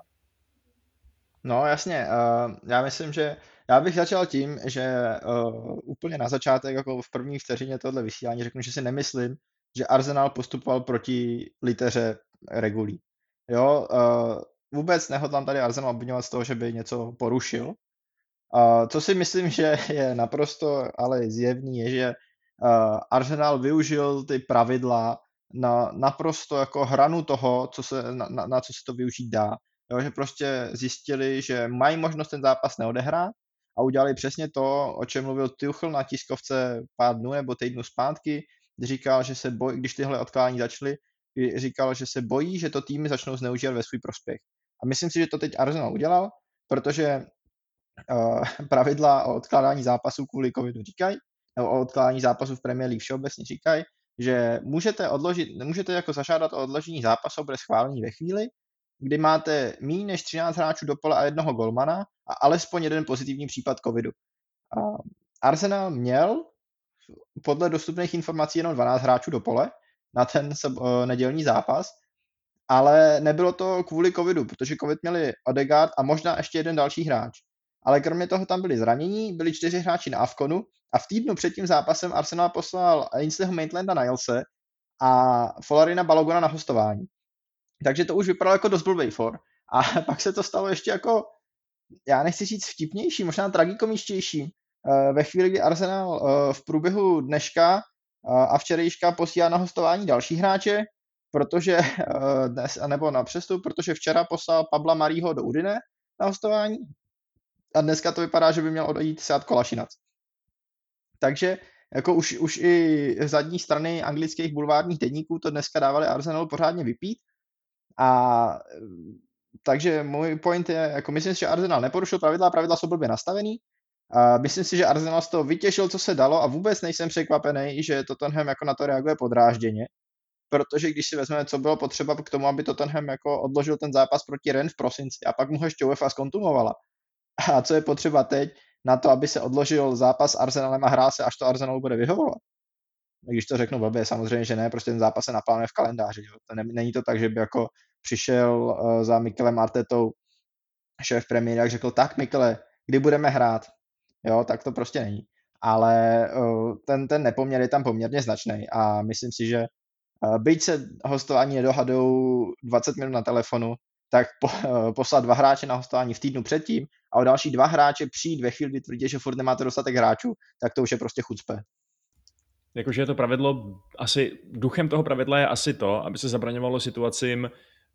No jasně, uh, já myslím, že já bych začal tím, že uh, úplně na začátek, jako v první vteřině tohle vysílání, řeknu, že si nemyslím, že Arsenal postupoval proti liteře regulí. Jo, uh, vůbec nehodlám tady Arsenal obviňovat z toho, že by něco porušil. Uh, co si myslím, že je naprosto ale zjevný, je, že uh, Arsenal využil ty pravidla na naprosto jako hranu toho, co se, na, na, na co se to využít dá. Jo, že prostě zjistili, že mají možnost ten zápas neodehrát a udělali přesně to, o čem mluvil Tuchel na tiskovce pár dnů nebo týdnu zpátky, kdy říkal, že se bojí, když tyhle odkládání začaly, říkal, že se bojí, že to týmy začnou zneužívat ve svůj prospěch. A myslím si, že to teď Arsenal udělal, protože uh, pravidla o odkládání zápasů kvůli covidu říkají, nebo o odkládání zápasů v Premier League všeobecně říkají, že můžete odložit, můžete jako zažádat o odložení zápasu, bude schválení ve chvíli, kdy máte méně než třináct hráčů do pole a jednoho golmana a alespoň jeden pozitivní případ covidu. A Arsenal měl podle dostupných informací jenom dvanáct hráčů do pole na ten uh, nedělní zápas, ale nebylo to kvůli covidu, protože covid měli Odegaard a možná ještě jeden další hráč. Ale kromě toho tam byli zranění, byli čtyři hráči na Afconu a v týdnu před tím zápasem Arsenal poslal Ainsleyho Maitland na Nilese a Folarina Balogona na hostování. Takže to už vypadalo jako dost blbej for. A pak se to stalo ještě jako, já nechci říct vtipnější, možná tragikomičtější. Ve chvíli, kdy Arsenal v průběhu dneška a včerejška posílá na hostování další hráče, protože dnes, nebo na přestup, protože včera poslal Pabla Marího do Udine na hostování a dneska to vypadá, že by měl odejít Sead Kolasinac. Takže jako už, už i zadní strany anglických bulvárních deníků to dneska dávali Arsenalu pořádně vypít. A takže můj point je, jako myslím si, že Arsenal neporušil pravidla, pravidla jsou blbě nastavený. A myslím si, že Arsenal z toho vytěšil, co se dalo a vůbec nejsem překvapený, že Tottenham jako na to reaguje podrážděně. Protože když si vezmeme, co bylo potřeba k tomu, aby Tottenham jako odložil ten zápas proti Rennes v prosinci a pak mu ho ještě UEFA zkontumovala. A co je potřeba teď na to, aby se odložil zápas s Arsenalem a hrál se, až to Arsenalu bude vyhovovat. Když to řeknu blbě, samozřejmě, že ne, prostě ten zápas se naplánuje v kalendáři. Jo. To ne, není to tak, že by jako přišel uh, za Mikelem Artetou šéf premiér a řekl, tak Mikele, kdy budeme hrát? Jo, tak to prostě není. Ale uh, ten, ten nepoměr je tam poměrně značný a myslím si, že uh, byť se hostování nedohadou dvacet minut na telefonu, tak po, uh, poslat dva hráče na hostování v týdnu předtím a o další dva hráče přijít ve chvíli, kdy tvrdí, že furt nemáte dostatek hráčů, tak to už je prostě chucpe. Jakože je to pravidlo, asi duchem toho pravidla je asi to, aby se zabraňovalo situacím,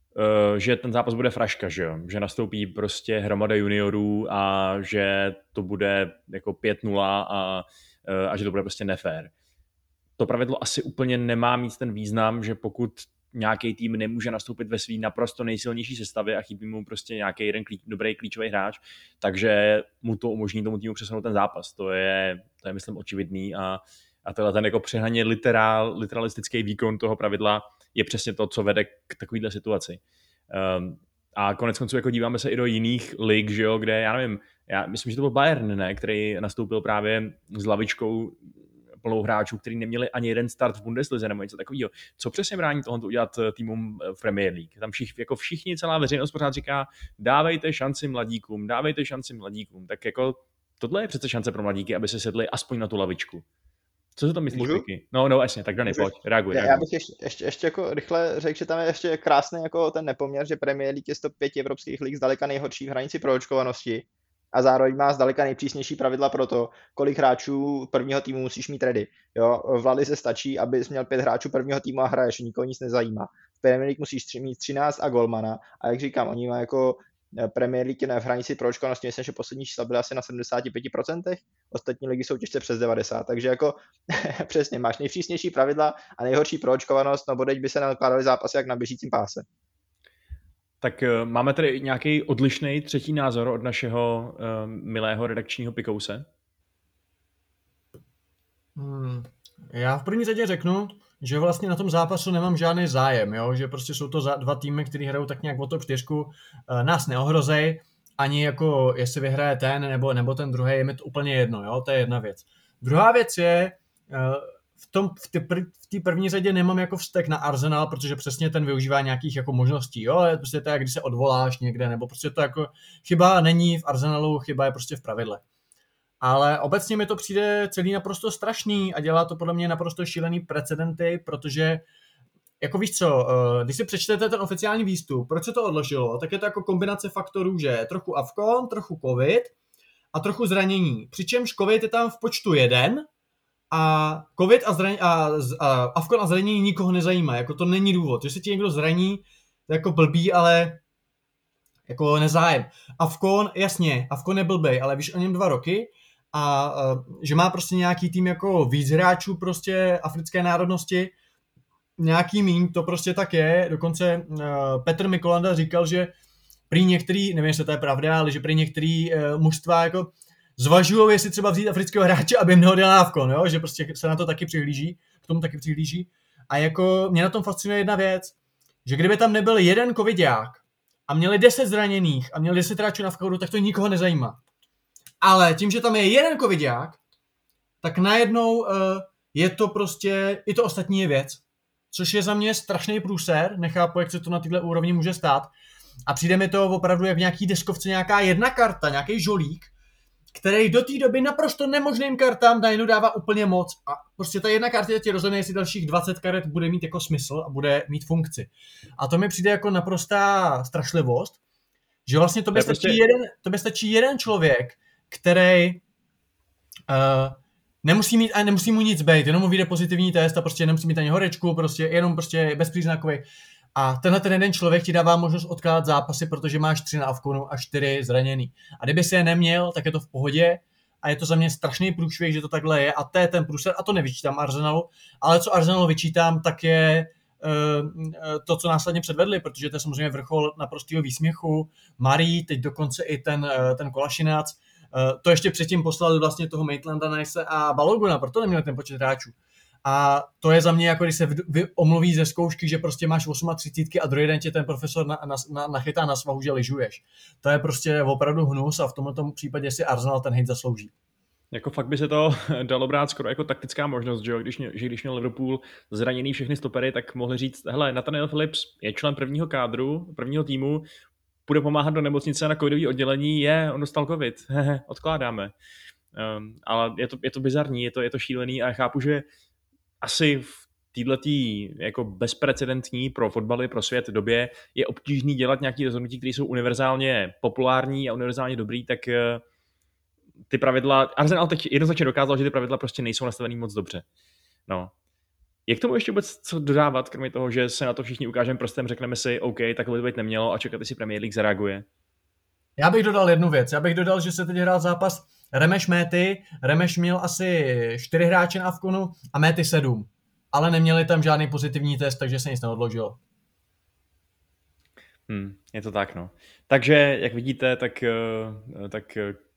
že ten zápas bude fraška, že jo? Že nastoupí prostě hromada juniorů a že to bude jako pět nula a, a že to bude prostě nefér. To pravidlo asi úplně nemá mít ten význam, že pokud nějaký tým nemůže nastoupit ve svý naprosto nejsilnější sestavě a chybí mu prostě nějaký jeden klíč, dobrý klíčový hráč, takže mu to umožní tomu týmu přesunout ten zápas. To je, to je myslím očividný a A tenhle ten jako přehnaně literál, literalistický výkon toho pravidla je přesně to, co vede k takovéhle situaci. Um, a konec konců jako díváme se i do jiných lig, že jo, kde, já nevím, já myslím, že to byl Bayern, ne, který nastoupil právě s lavičkou plnou hráčů, kteří neměli ani jeden start v Bundeslize nebo něco takového. Co přesně brání tohle udělat týmům v Premier League? Tam všich, jako všichni, celá veřejnost pořád říká, dávejte šanci mladíkům, dávejte šanci mladíkům. Tak jako tohle je přece šance pro mladíky, aby se sedli aspoň na tu lavičku. Co si to myslíš, Miky? No, no, jasně, tak Dani, pojď, reaguj. Já, já bych ještě, ještě, ještě jako rychle řekl, že tam je ještě krásný jako ten nepoměr, že Premier League je z top pět evropských lig zdaleka nejhorší v hranici proočkovanosti a zároveň má zdaleka nejpřísnější pravidla pro to, kolik hráčů prvního týmu musíš mít ready. Jo, v La Lize stačí, abys měl pět hráčů prvního týmu a hraješ, nikoho nic nezajímá. V Premier League musíš mít třináct a golmana a jak říkám, oni mají jako Premier League v hranici proočkovanosti, myslím, že poslední čísla byly asi na sedmdesát pět procent, ostatní ligy jsou těžce přes devadesát procent, takže jako přesně máš nejpřísnější pravidla a nejhorší proočkovanost, no bodeď by se nakládaly zápasy jak na běžícím páse. Tak uh, máme tady nějaký odlišný třetí názor od našeho uh, milého redakčního Pikouse? Hmm. Já v první řadě řeknu, že vlastně na tom zápasu nemám žádný zájem, jo? Že prostě jsou to dva týmy, který hrajou tak nějak o top čtyřku, nás neohrozej, ani jako jestli vyhraje ten nebo, nebo ten druhý, je mi to úplně jedno, jo? To je jedna věc. Druhá věc je, v tom, v té prv, první řadě nemám jako vztek na Arsenal, protože přesně ten využívá nějakých jako možností, jo? Je prostě to, jak když se odvoláš někde, nebo prostě to jako chyba není v Arsenalu, chyba je prostě v pravidle. Ale obecně mi to přijde celý naprosto strašný a dělá to podle mě naprosto šílený precedenty, protože jako víš co, když si přečtete ten oficiální výstup, proč se to odložilo, tak je to jako kombinace faktorů, že trochu AFCON, trochu COVID a trochu zranění. Přičemž COVID je tam v počtu jeden a COVID a, zraně, a, a AFCON a zranění nikoho nezajímá, jako to není důvod. Že se ti někdo zraní, to je jako blbý, ale jako nezájem. AFCON, jasně, AFCON je blbej, ale víš o něm dva roky, a uh, že má prostě nějaký tým jako víc hráčů prostě africké národnosti, nějaký míň, to prostě tak je, dokonce uh, Petr Mikolanda říkal, že prý některý, nevím, jestli to je pravda, ale že prý některý uh, mužstva jako zvažujou, jestli třeba vzít afrického hráče, aby jim nehodil návkon, jo? Že prostě se na to taky přihlíží, k tomu taky přihlíží. A jako mě na tom fascinuje jedna věc, že kdyby tam nebyl jeden covidák a měli deset zraněných a měli deset hráčů na vchodu, tak to nikoho nezajímá. Ale tím, že tam je jeden covidák, tak najednou uh, je to prostě, i to ostatní je věc, což je za mě strašný průser, nechápu, jak se to na této úrovni může stát. A přijde mi to opravdu jak v nějaký deskovce nějaká jedna karta, nějaký žolík, který do té doby naprosto nemožným kartám najednou dává úplně moc. A prostě ta jedna karta ti rozhodne, jestli dalších dvacet karet bude mít jako smysl a bude mít funkci. A to mi přijde jako naprostá strašlivost, že vlastně to by stačí, prostě... jeden, to by stačí jeden člověk, který uh, nemusí mít, a nemusí mu nic být, jenom mu vyjde pozitivní test a prostě nemusí mít ani horečku, prostě jenom prostě bezpříznakový. A tenhle ten jeden člověk ti dává možnost odkládat zápasy, protože máš tři na Avkonu a čtyři zraněný. A kdyby si je neměl, tak je to v pohodě a je to za mě strašný průšvih, že to takhle je a to je ten průser a to nevyčítám Arsenalu, ale co Arsenalu vyčítám, tak je uh, to, co následně předvedli, protože to je samozřejmě vrchol naprostého výsměchu. Marí, teď dokonce i ten, uh, ten Kolašinac, uh, to ještě předtím poslali vlastně toho Maitelanda, Nice a Baloguna, proto neměli ten počet hráčů. A to je za mě, jako když se vy omluví ze zkoušky, že prostě máš třicet osm a druhý den tě ten profesor na, na, na, nachytá na svahu, že lyžuješ. To je prostě opravdu hnus a v tomto případě si Arsenal ten hejt zaslouží. Jako fakt by se to dalo brát skoro jako taktická možnost, že, když, mě, že když měl Liverpool zraněný všechny stopery, tak mohli říct, hele, Nathaniel Phillips je člen prvního kádru, prvního týmu, půjde pomáhat do nemocnice na covidové oddělení, je, on dostal covid, hehe, odkládáme. Um, ale je to, je to bizarní, je to, je to šílený a já chápu, že asi v této jako bezprecedentní pro fotbaly, pro svět době je obtížný dělat nějaké rozhodnutí, které jsou univerzálně populární a univerzálně dobrý, tak ty pravidla, Arsenal teď jednoznačně dokázal, že ty pravidla prostě nejsou nastavený moc dobře. No. Je k tomu ještě vůbec co dodávat, kromě toho, že se na to všichni ukážeme prstem, řekneme si, OK, takhle to být nemělo a čekat, jestli Premier League zareaguje? Já bych dodal jednu věc. Já bych dodal, že se teď hrál zápas Remeš Méty. Remeš měl asi čtyři hráče na Avkonu a Méty sedm. Ale neměli tam žádný pozitivní test, takže se nic neodložilo. Hmm, je to tak, no. Takže, jak vidíte, tak, tak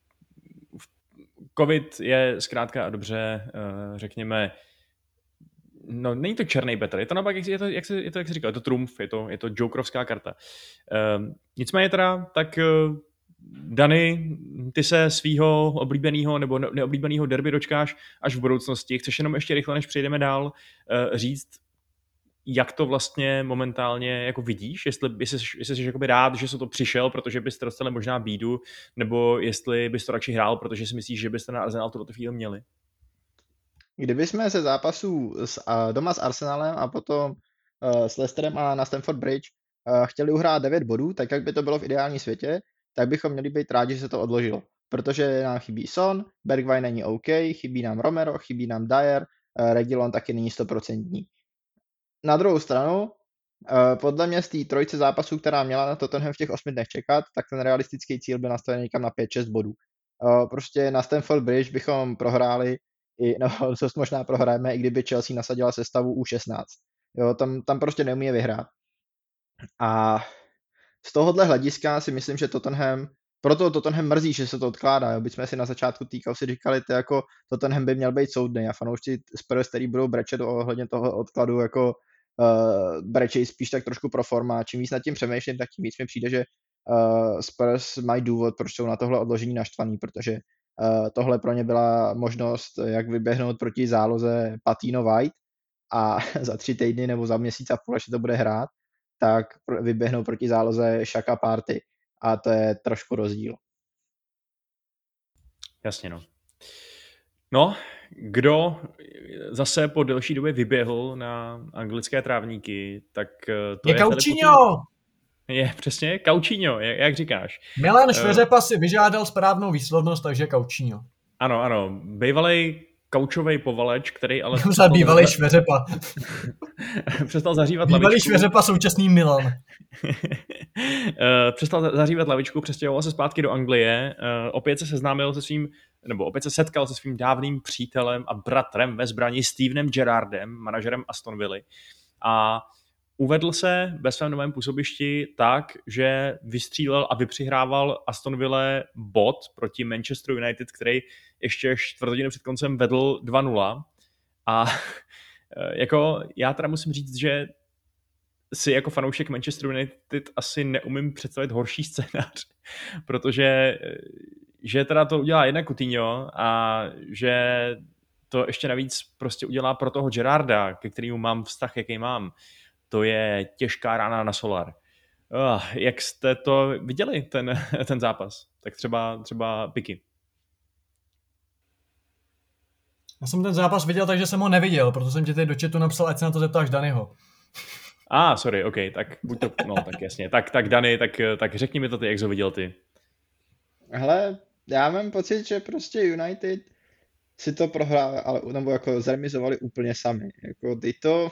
covid je zkrátka a dobře, řekněme, no není to černý Petr, je to naopak, je to, jak se, je to, jak se říkal, je to trumf, je to, je to jokerovská karta. Nicméně teda, tak Dani, ty se svýho oblíbeného nebo neoblíbeného derby dočkáš až v budoucnosti. Chceš jenom ještě rychle, než přejdeme dál, říct, jak to vlastně momentálně jako vidíš? Jestli, jestli, jestli jsi jakoby rád, že se to přišel, protože byste dostali možná bídu, nebo jestli bys to radši hrál, protože si myslíš, že byste na Arsenal tuto chvíli měli? Kdyby jsme se zápasů s, a, doma s Arsenalem a potom uh, s Leicesterem a na Stamford Bridge uh, chtěli uhrát devět bodů, tak jak by to bylo v ideálním světě, tak bychom měli být rádi, že se to odložilo. Protože nám chybí Son, Bergwijn není OK, chybí nám Romero, chybí nám Dyer, uh, Reguilon taky není stoprocentní. Na druhou stranu, uh, podle mě z té trojce zápasů, která měla na Tottenham v těch osmi dnech čekat, tak ten realistický cíl byl nastaven někam na pět šest bodů. Uh, prostě na Stamford Bridge bychom prohráli, i, no, co možná prohrajeme, i kdyby Chelsea nasadila sestavu U šestnáct. Jo, tam, tam prostě neumí vyhrát. A z tohohle hlediska si myslím, že Tottenham, proto Tottenham mrzí, že se to odkládá. Jo. Byť jsme si na začátku týkal si říkali, to jako Tottenham by měl být soudný a fanoušci Spurs, který budou brečet ohledně toho odkladu, jako uh, brečej spíš tak trošku pro forma. Čím víc nad tím přemýšlím, tak tím víc mi přijde, že uh, Spurs mají důvod, proč jsou na tohle odložení naštvaný, protože uh, tohle pro ně byla možnost, jak vyběhnout proti záloze Patino White a za tři týdny nebo za měsíc a půl, až to bude hrát, tak vyběhnou proti záloze Xhaka Party. A to je trošku rozdíl. Jasně, no. No, kdo zase po delší době vyběhl na anglické trávníky, tak to je... Je Coutinho! Je, přesně, Coutinho, jak, jak říkáš. Milan Šveřepa si vyžádal správnou výslovnost, takže Coutinho. Ano, ano, bývalej kaučovej povaleč, který ale... Za bývalej Šveřepa. Přestal zahřívat bývalý lavičku. Bývalý Šveřepa, současný Milan. Přestal zahřívat lavičku, přestěhoval se zpátky do Anglie, opět se seznámil se svým, nebo opět se setkal se svým dávným přítelem a bratrem ve zbrani Stevenem Gerrardem, manažerem Aston Villa. A uvedl se ve svém novém působišti tak, že vystřílel a vypřihrával Aston Villa bod proti Manchester United, který ještě čtvrt hodinu před koncem vedl dva nula. A jako já teda musím říct, že si jako fanoušek Manchester United asi neumím představit horší scénář, protože že teda to udělá jednak Coutinho a že to ještě navíc prostě udělá pro toho Gerrarda, ke kterému mám vztah, jaký mám, to je těžká rána na Solar. Oh, jak jste to viděli, ten, ten zápas? Tak třeba, třeba Piky. Já jsem ten zápas viděl, takže jsem ho neviděl, proto jsem ti teď do chatu napsal, ať se na to zeptáš Danyho. A, ah, sorry, ok, tak buď to, no tak jasně. Tak, tak Dany, tak, tak řekni mi to ty, jak jsi ho viděl ty. Hele, já mám pocit, že prostě United si to prohráli, ale, nebo jako zremizovali úplně sami. Jako ty to,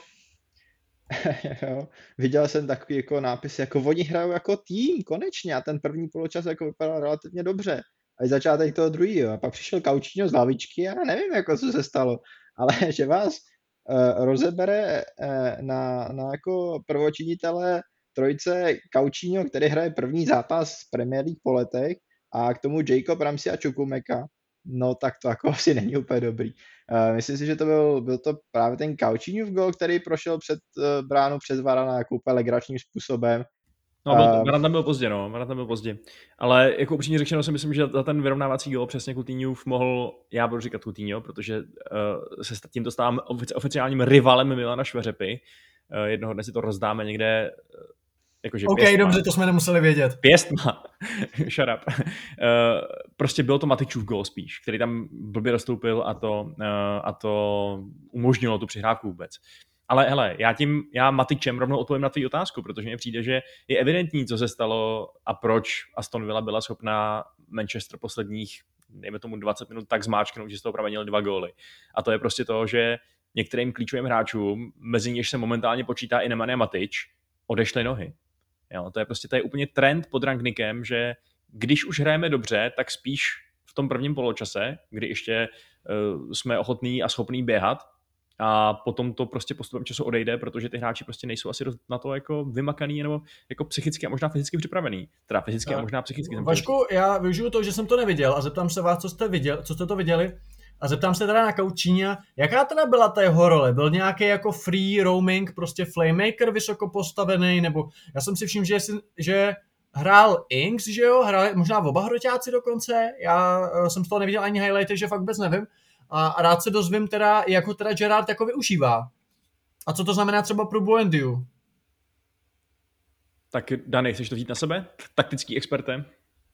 jo, viděl jsem takový jako nápis, jako oni hrajou jako tým, konečně, a ten první poločas jako vypadal relativně dobře. A i začátek toho druhého. A pak přišel Coutinho z lavičky a nevím, jako co se stalo, ale že vás uh, rozebere uh, na, na jako prvočinitele trojce Coutinho, který hraje první zápas z Premier League po letech, a k tomu Jacob Ramsey a Chukwuemeka, no tak to jako asi není úplně dobrý. Uh, myslím si, že to byl, byl to právě ten Coutinhův gol, který prošel před uh, bránu přes Varana jako úplně legračním způsobem. No, byl, Uh, Varane tam byl pozdě, no, Varane tam byl pozdě. Ale jako upřímně řečeno si myslím, že za ten vyrovnávací gol přesně Coutinhův mohl, já budu říkat Coutinho, protože uh, se tím dostávám ofici, oficiálním rivalem Milana Šveřepy. Uh, jednoho dne si to rozdáme někde, uh, jakože OK, pěst dobře, má. to jsme nemuseli vědět. Pěst má. Shut up. Uh, prostě byl to Matičův gol spíš, který tam blbě dostoupil a to, uh, a to umožnilo tu přihrávku vůbec. Ale hele, já tím, já Matičem rovnou odpovím na tvou otázku, protože mně přijde, že je evidentní, co se stalo a proč Aston Villa byla schopná Manchester posledních, dejme tomu dvacet minut tak zmáčknout, že z toho pramenili dva góly. A to je prostě to, že některým klíčovým hráčům, mezi něž se momentálně počítá i Nemanja Matič, odešly nohy. Jo, to je prostě to je úplně trend pod Rangnickem, že když už hrajeme dobře, tak spíš v tom prvním poločase, kdy ještě uh, jsme ochotní a schopní běhat, a potom to prostě postupem času odejde, protože ty hráči prostě nejsou asi na to jako vymakaný nebo jako psychicky a možná fyzicky připravený. Teda fyzicky a možná psychicky. Vašku, já využiju to, že jsem to neviděl a zeptám se vás, co jste viděl, co jste to viděli. A zeptám se teda na Coutinha, jaká teda byla ta jeho role? Byl nějaký jako free roaming, prostě playmaker vysoko postavený, nebo já jsem si všiml, že, že hrál Ings, že jo, hrál možná oba hroťáci dokonce, já jsem z toho neviděl ani highlighty, že fakt vůbec nevím. A, a rád se dozvím teda, jak ho teda Gerrard jako využívá. A co to znamená třeba pro Buendiu? Tak Dany, chceš to vzít na sebe? Taktický expertem?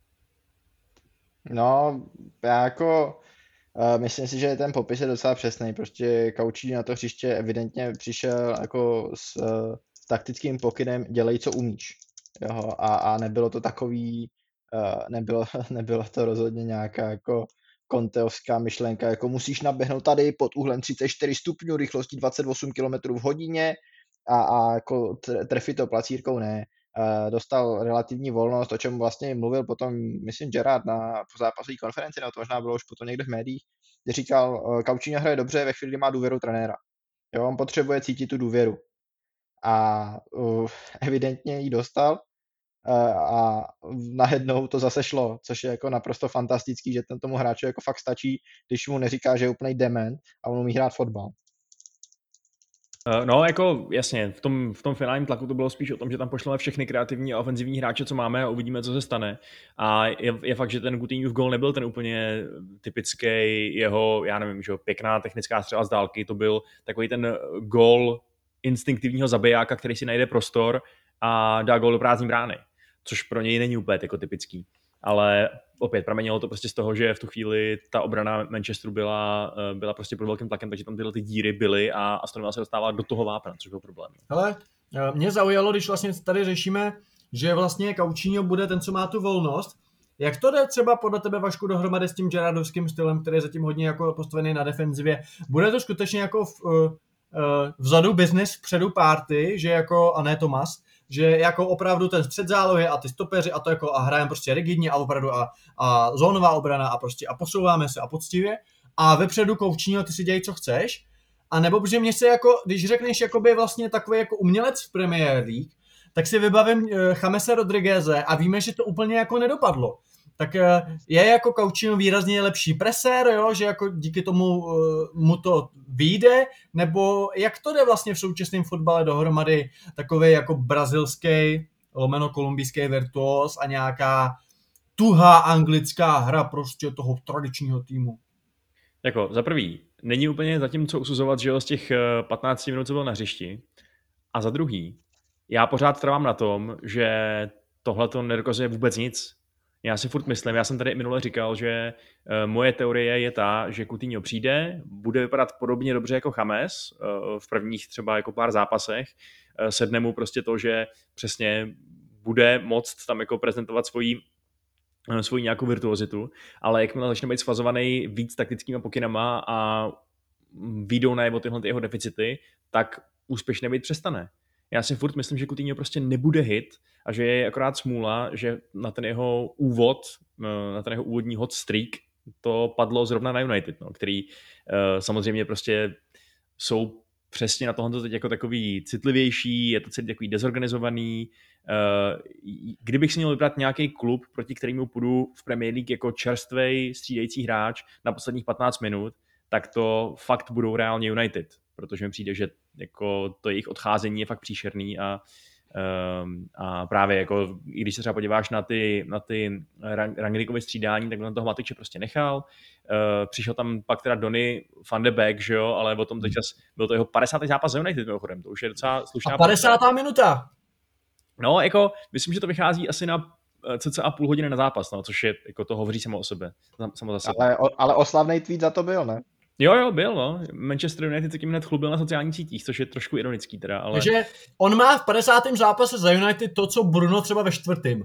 No, já jako uh, myslím si, že ten popis je docela přesný. Prostě Coutinho na to hřiště evidentně přišel jako s uh, taktickým pokynem dělej, co umíš. Jo? A, a nebylo to takový, uh, nebylo, nebylo to rozhodně nějaká jako konteovská myšlenka, jako musíš naběhnout tady pod úhlem třicet čtyři stupňů, rychlostí dvacet osm kilometrů v hodině a, a jako trefit to placírkou, ne. Uh, dostal relativní volnost, o čem vlastně mluvil potom, myslím, Gerrard na zápasové konferenci, nebo to možná bylo už potom někde v médiích, kde říkal, uh, Coutinho hraje dobře ve chvíli, kdy má důvěru trenéra. Jo, on potřebuje cítit tu důvěru. A uh, evidentně ji dostal, a najednou to zase šlo, což je jako naprosto fantastický, že ten tomu hráči jako fakt stačí, když mu neříká, že je úplnej dement a on umí hrát fotbal. No, jako jasně, v tom, v tom finálním tlaku to bylo spíš o tom, že tam pošleme všechny kreativní a ofenzivní hráče, co máme, a uvidíme, co se stane. A je, je fakt, že ten Coutinhův gól nebyl ten úplně typický jeho, já nevím, že pěkná technická střela z dálky, to byl takový ten gól instinktivního zabijáka, který si najde prostor a dá gól do prázdné brány, což pro něj není úplně jako typický. Ale opět pramenilo to prostě z toho, že v tu chvíli ta obrana Manchesteru byla, byla prostě pod velkým tlakem, takže tam tyhle ty díry byly a Aston Villa se dostává do toho vápna, což byl problém. Hele, mě zaujalo, když vlastně tady řešíme, že vlastně Coutinho bude ten, co má tu volnost. Jak to jde třeba podle tebe, Vašku, dohromady s tím Gerrardovským stylem, který je zatím hodně jako postavený na defenzivě? Bude to skutečně jako v, uh, vzadu business, vpředu party, že jako, a ne Tomas, že jako opravdu ten střed zálohy a ty stopeři a to jako a hrajeme prostě rigidně a opravdu a, a zónová obrana a prostě a posouváme se a poctivě a vepředu Coutinho, ty si děj, co chceš, a nebo protože mě se jako, když řekneš jakoby vlastně takový jako umělec v Premier League, tak si vybavím uh, Chamese Rodrigueze a víme, že to úplně jako nedopadlo. Tak uh, je jako Coutinho výrazně lepší presér, jo, že jako díky tomu uh, mu to vyjde, nebo jak to jde vlastně v současném fotbale dohromady takový jako brazilský, lomeno kolumbijský virtuos a nějaká tuhá anglická hra prostě toho tradičního týmu? Jako za prvý, není úplně zatím co usuzovat, že jo, z těch patnáct minut, co byl na hřišti. A za druhý, já pořád trvám na tom, že tohle to nedokazuje vůbec nic. Já si furt myslím, já jsem tady minule říkal, že moje teorie je ta, že Coutinho přijde, bude vypadat podobně dobře jako James v prvních třeba jako pár zápasech, sedne mu prostě to, že přesně bude moct tam jako prezentovat svoji svoji nějakou virtuozitu, ale jakmile začne být sfazovaný víc taktickýma pokynama a výjdou najevo tyhle ty jeho deficity, tak úspěšně být přestane. Já si furt myslím, že Coutinho prostě nebude hit a že je akorát smůla, že na ten jeho úvod, na ten jeho úvodní hot streak to padlo zrovna na United, no, který uh, samozřejmě prostě jsou přesně na tohle teď jako takový citlivější, je to celý takový dezorganizovaný. Uh, kdybych si měl vybrat nějaký klub, proti kterému půjdu v Premier League jako čerstvej střídající hráč na posledních patnáct minut, tak to fakt budou reálně United, protože mi přijde, že jako to jejich odcházení je fakt příšerný a, um, a právě jako, i když se třeba podíváš na ty, na ty Rangnickové střídání, tak on toho Matiče prostě nechal. Uh, přišel tam pak teda Donny van de Beek, že jo, ale o tom teď byl to jeho padesátý zápas za United mimochodem, to už je docela slušná. A padesátá minuta. No, jako, myslím, že to vychází asi na cca půl hodiny na zápas, no, což je, jako to hovoří samo o sobě. Samo za sebe. Ale, ale oslavný tweet za to byl, ne? Jo, jo, byl, no. Manchester United se tím hned chlubil na sociálních sítích, což je trošku ironický teda, ale... Takže on má v padesátém zápase za United to, co Bruno třeba ve čtvrtém.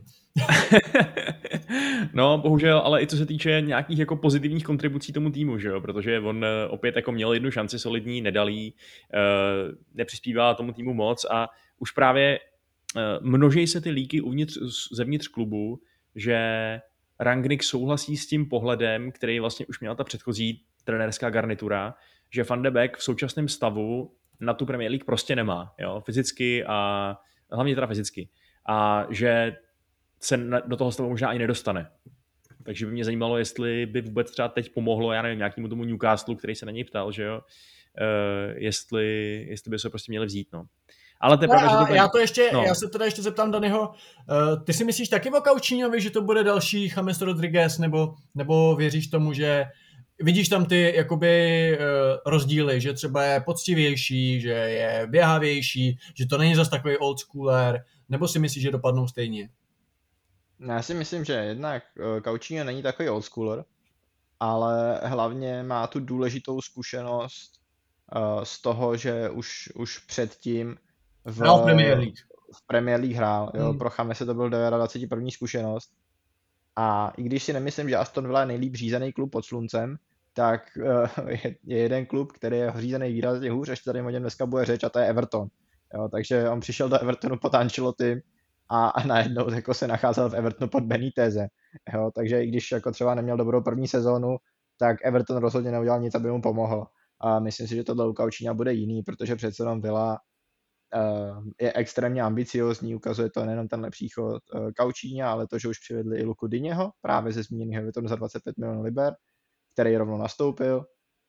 No, bohužel, ale i co se týče nějakých jako pozitivních kontribucí tomu týmu, že jo, protože on opět jako měl jednu šanci solidní, nedal jí, nepřispívá tomu týmu moc a už právě množí se ty líky uvnitř, zevnitř klubu, že Rangnick souhlasí s tím pohledem, který vlastně už měla ta předchozí trenérská garnitura, že Van de Beek v současném stavu na tu Premier League prostě nemá, jo, fyzicky a hlavně teda fyzicky. A že se do toho stavu možná ani nedostane. Takže by mě zajímalo, jestli by vůbec třeba teď pomohlo, já nevím, nějakému tomu Newcastlu, který se na něj ptal, že jo, uh, jestli, jestli by se prostě měli vzít, no. Ale to je pravda, že to tady... Já to ještě, no. já se teda ještě zeptám Danyho, uh, ty si myslíš taky o Coutinhovi, že to bude další James Rodriguez, nebo, nebo věříš tomu, že vidíš tam ty jakoby uh, rozdíly, že třeba je poctivější, že je běhavější, že to není zas takový old schooler, nebo si myslíš, že dopadnou stejně? Já si myslím, že jednak uh, Coutinho není takový old schooler, ale hlavně má tu důležitou zkušenost uh, z toho, že už, už předtím v, v Premier League. v Premier League hrál. Jo? Hmm. Pro Chamese to byl dvacet devět první zkušenost. A i když si nemyslím, že Aston Villa je nejlíp řízený klub pod sluncem, tak uh, je, je jeden klub, který je řízený výrazně hůř, ještě tady o něm dneska bude řeč, a to je Everton. Jo? Takže on přišel do Evertonu pod Ancelotti a, a najednou jako se nacházel v Evertonu pod Beniteze. Jo? Takže i když jako třeba neměl dobrou první sezónu, tak Everton rozhodně neudělal nic, aby mu pomohl. A myslím si, že tohle u Coutinha bude jiný, protože přece jenom Villa uh, je extrémně ambiciózní, ukazuje to nejenom tenhle příchod uh, Coutinha, ale to, že už přivedli i Luku Diněho, právě ze zmíněných Evertonu za dvacet pět milionů liber, který rovnou nastoupil.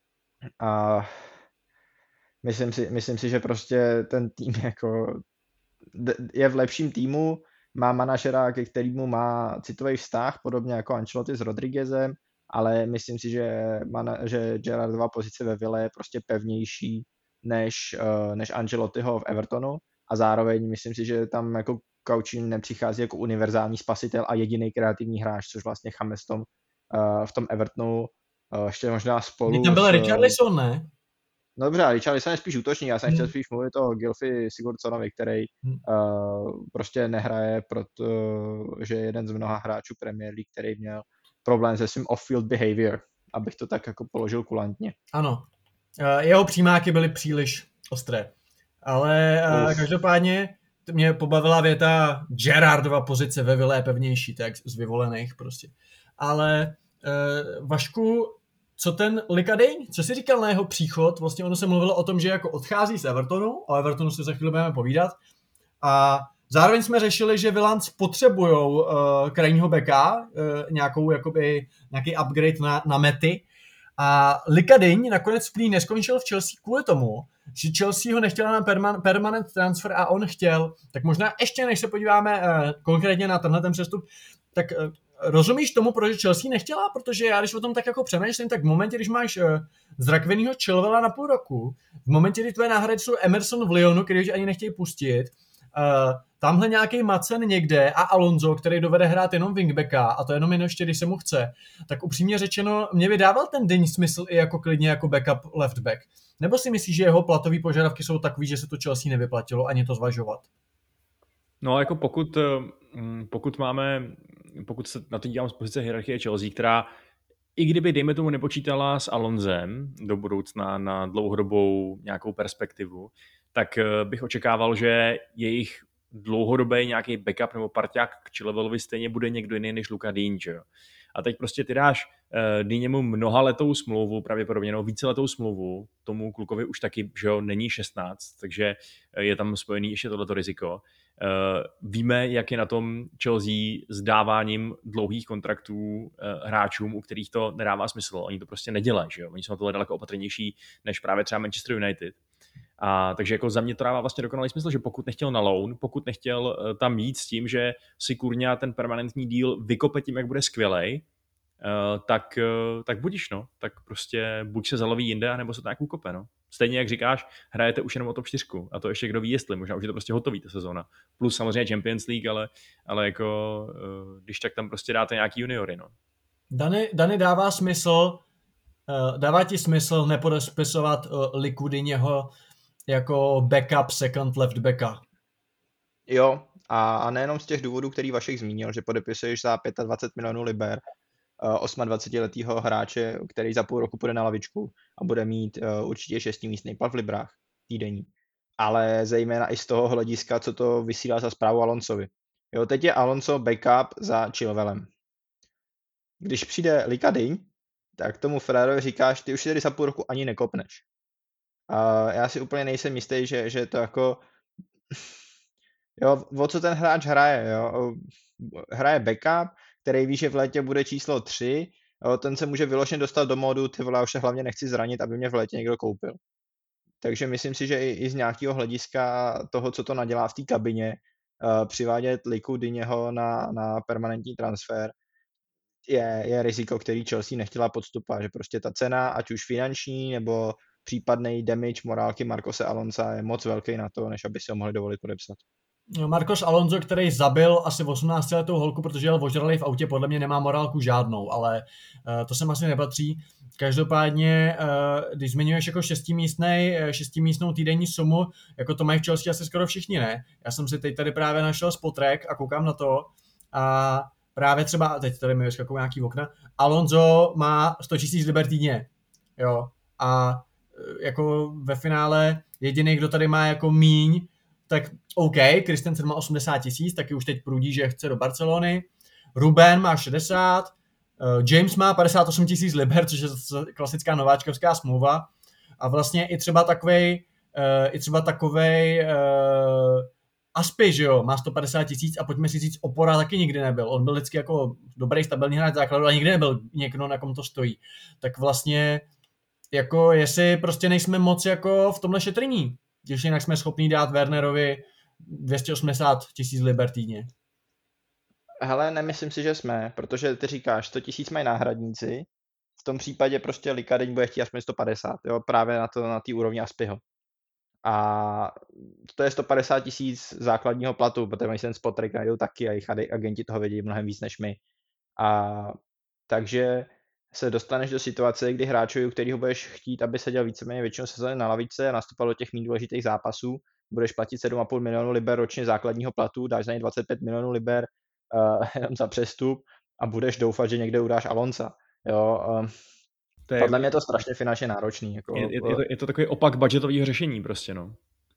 A myslím si, myslím si, že prostě ten tým jako je v lepším týmu, má manažera, ke kterému má citový vztah, podobně jako Ancelotti s Rodriguezem, ale myslím si, že, mana, že Gerrardova pozice ve Ville je prostě pevnější než, uh, než Ancelottiho v Evertonu a zároveň myslím si, že tam jako Coutinho nepřichází jako univerzální spasitel a jediný kreativní hráč, což vlastně James tom, uh, v tom Evertonu uh, ještě možná spolu... Tam byl s, Richarlison, ne? No dobře, Richarlison je spíš útočník, já jsem hmm. chtěl spíš mluvit o Gylfi Sigurdssonovi, který hmm. uh, prostě nehraje, protože je jeden z mnoha hráčů Premier League, který měl problém se svým off-field behavior, abych to tak jako položil kulantně. Ano, uh, jeho přímáky byly příliš ostré, ale uh, každopádně mě pobavila věta Gerrardova pozice ve Ville je pevnější, tak z vyvolených prostě. Ale uh, Vašku, co ten Likadej, co jsi říkal na jeho příchod, vlastně ono se mluvilo o tom, že jako odchází z Evertonu, o Evertonu si za chvíli budeme povídat, a zároveň jsme řešili, že Villans potřebujou uh, krajního beka, uh, nějakou, jakoby, nějaký upgrade na, na mety, a Likadej nakonec prý neskončil v Chelsea kvůli tomu, že Chelsea ho nechtěla na perman- permanent transfer a on chtěl, tak možná ještě než se podíváme uh, konkrétně na tenhle ten přestup, tak uh, rozumíš tomu, proč Chelsea nechtěla? Protože já, když o tom tak jako přemýšlím, tak v momentě, když máš uh, zrakvenýho Chilwella na půl roku, v momentě, kdy tvoje náhradci jsou Emerson v Lyonu, který ani nechtějí pustit, uh, tamhle nějaký Macen někde a Alonso, který dovede hrát jenom wingbacka, a to jenom ještě, když se mu chce, tak upřímně řečeno, mě by dával ten den smysl i jako klidně jako backup left back. Nebo si myslíš, že jeho platový požadavky jsou takový, že se to Chelsea nevyplatilo ani to zvažovat? No jako pokud, pokud máme pokud se na to dívám z pozice hierarchie Chelsea, která i kdyby, dejme tomu, nepočítala s Alonzem do budoucna na dlouhodobou nějakou perspektivu, tak bych očekával, že jejich dlouhodobý nějaký backup nebo parťák k Chilwellovi stejně bude někdo jiný než Luka Digne, že jo. A teď prostě ty dáš uh, Dignemu mnohaletou smlouvu, pravděpodobně no, víceletou smlouvu, tomu klukovi už taky, že jo, není šestnáct, takže je tam spojený ještě tohleto riziko. Uh, víme, jak je na tom Chelsea s dáváním dlouhých kontraktů uh, hráčům, u kterých to nedává smysl. Oni to prostě nedělají, že jo? Oni jsou na tohle daleko opatrnější než právě třeba Manchester United. A takže jako za mě to dává vlastně dokonalý smysl, že pokud nechtěl na loan, pokud nechtěl uh, tam jít s tím, že si Kurňa ten permanentní díl vykope tím, jak bude skvělej, uh, tak, uh, tak budiš, no. Tak prostě buď se zaloví jinde, nebo se to nějak ukope, no. Stejně jak říkáš, hrajete už jenom o top čtyři a to ještě kdo ví jestli, možná už je to prostě hotový ta sezóna. Plus samozřejmě Champions League, ale, ale jako když tak tam prostě dáte nějaký juniory, no. Dany, Dany dává smysl, dává ti smysl nepodepisovat Luku Digneho jako backup, second left backa. Jo, a, a nejenom z těch důvodů, který Vašek zmínil, že podepisuješ za dvacet pět milionů liber osmadvacetiletého hráče, který za půl roku půjde na lavičku a bude mít uh, určitě šestimístný plat v librách týdenní. Ale zejména i z toho hlediska, co to vysílá za zprávu Alonsovi. Jo, teď je Alonso backup za Chilwellem. Když přijde Luka Digne, tak tomu Ferrerovi říkáš, ty už si tady za půl roku ani nekopneš. A já si úplně nejsem jistý, že, že to jako... jo, o co ten hráč hraje, jo? Hraje backup, který ví, že v létě bude číslo tři, jo, ten se může vyloženě dostat do módu, ty vole, už se hlavně nechci zranit, aby mě v létě někdo koupil. Takže myslím si, že i, i z nějakého hlediska toho, co to nadělá v té kabině, uh, přivádět Luku Digneho na, na permanentní transfer, je, je riziko, který Chelsea nechtěla podstupovat, že prostě ta cena, ať už finanční, nebo případný damage morálky Marcose Alonsa je moc velký na to, než aby si ho mohli dovolit podepsat. Marcos Alonso, který zabil asi osmnáctiletou holku, protože jel ožralý v autě, podle mě nemá morálku žádnou, ale uh, to sem asi nepatří. Každopádně, uh, když zmiňuješ jako šestimístnej, šestimístnou týdenní sumu, jako to mají v Chelsea asi skoro všichni, ne? Já jsem si teď tady právě našel Spotrac a koukám na to a právě třeba, teď tady mi vyskakují nějaký okna, Alonso má sto tisíc liber týdně, jo, a jako ve finále jediný, kdo tady má jako míň, tak OK, Christensen má osmdesát tisíc, taky už teď prudí, že chce do Barcelony. Ruben má šedesát, uh, James má padesát osm tisíc liber, což je klasická nováčkovská smlouva. A vlastně i třeba takovej, uh, i třeba takovej uh, Aspi, že jo, má sto padesát tisíc a pojďme si říct, opora taky nikdy nebyl. On byl vždycky jako dobrý, stabilní hráč základu, ale nikdy nebyl někdo, na kom to stojí. Tak vlastně jako jestli prostě nejsme moc jako v tomhle šetrní. Když jinak jsme schopní dát Wernerovi dvě stě osmdesát tisíc liber týdně. Hele, nemyslím si, že jsme, protože ty říkáš, sto tisíc mají náhradníci, v tom případě prostě Luka Digne bude chtít aspoň sto padesát, jo, právě na to, na té úrovni Aspiho. A to je sto padesát tisíc základního platu, protože mají ten Spotrac najdou taky a jejich agenti toho vědí mnohem víc než my. A takže se dostaneš do situace, kdy hráčovi, u kterého budeš chtít, aby seděl víceméně většinou sezóny na lavičce a nastupoval do těch méně důležitých zápasů, budeš platit sedm a půl milionu liber ročně základního platu, dáš za něj dvacet pět milionů liber uh, jenom za přestup a budeš doufat, že někde udáš Alonsa. Jo, uh, to je, podle mě je to strašně finančně náročný. Jako, je, je, je, to, je to takový opak budgetového řešení prostě, no.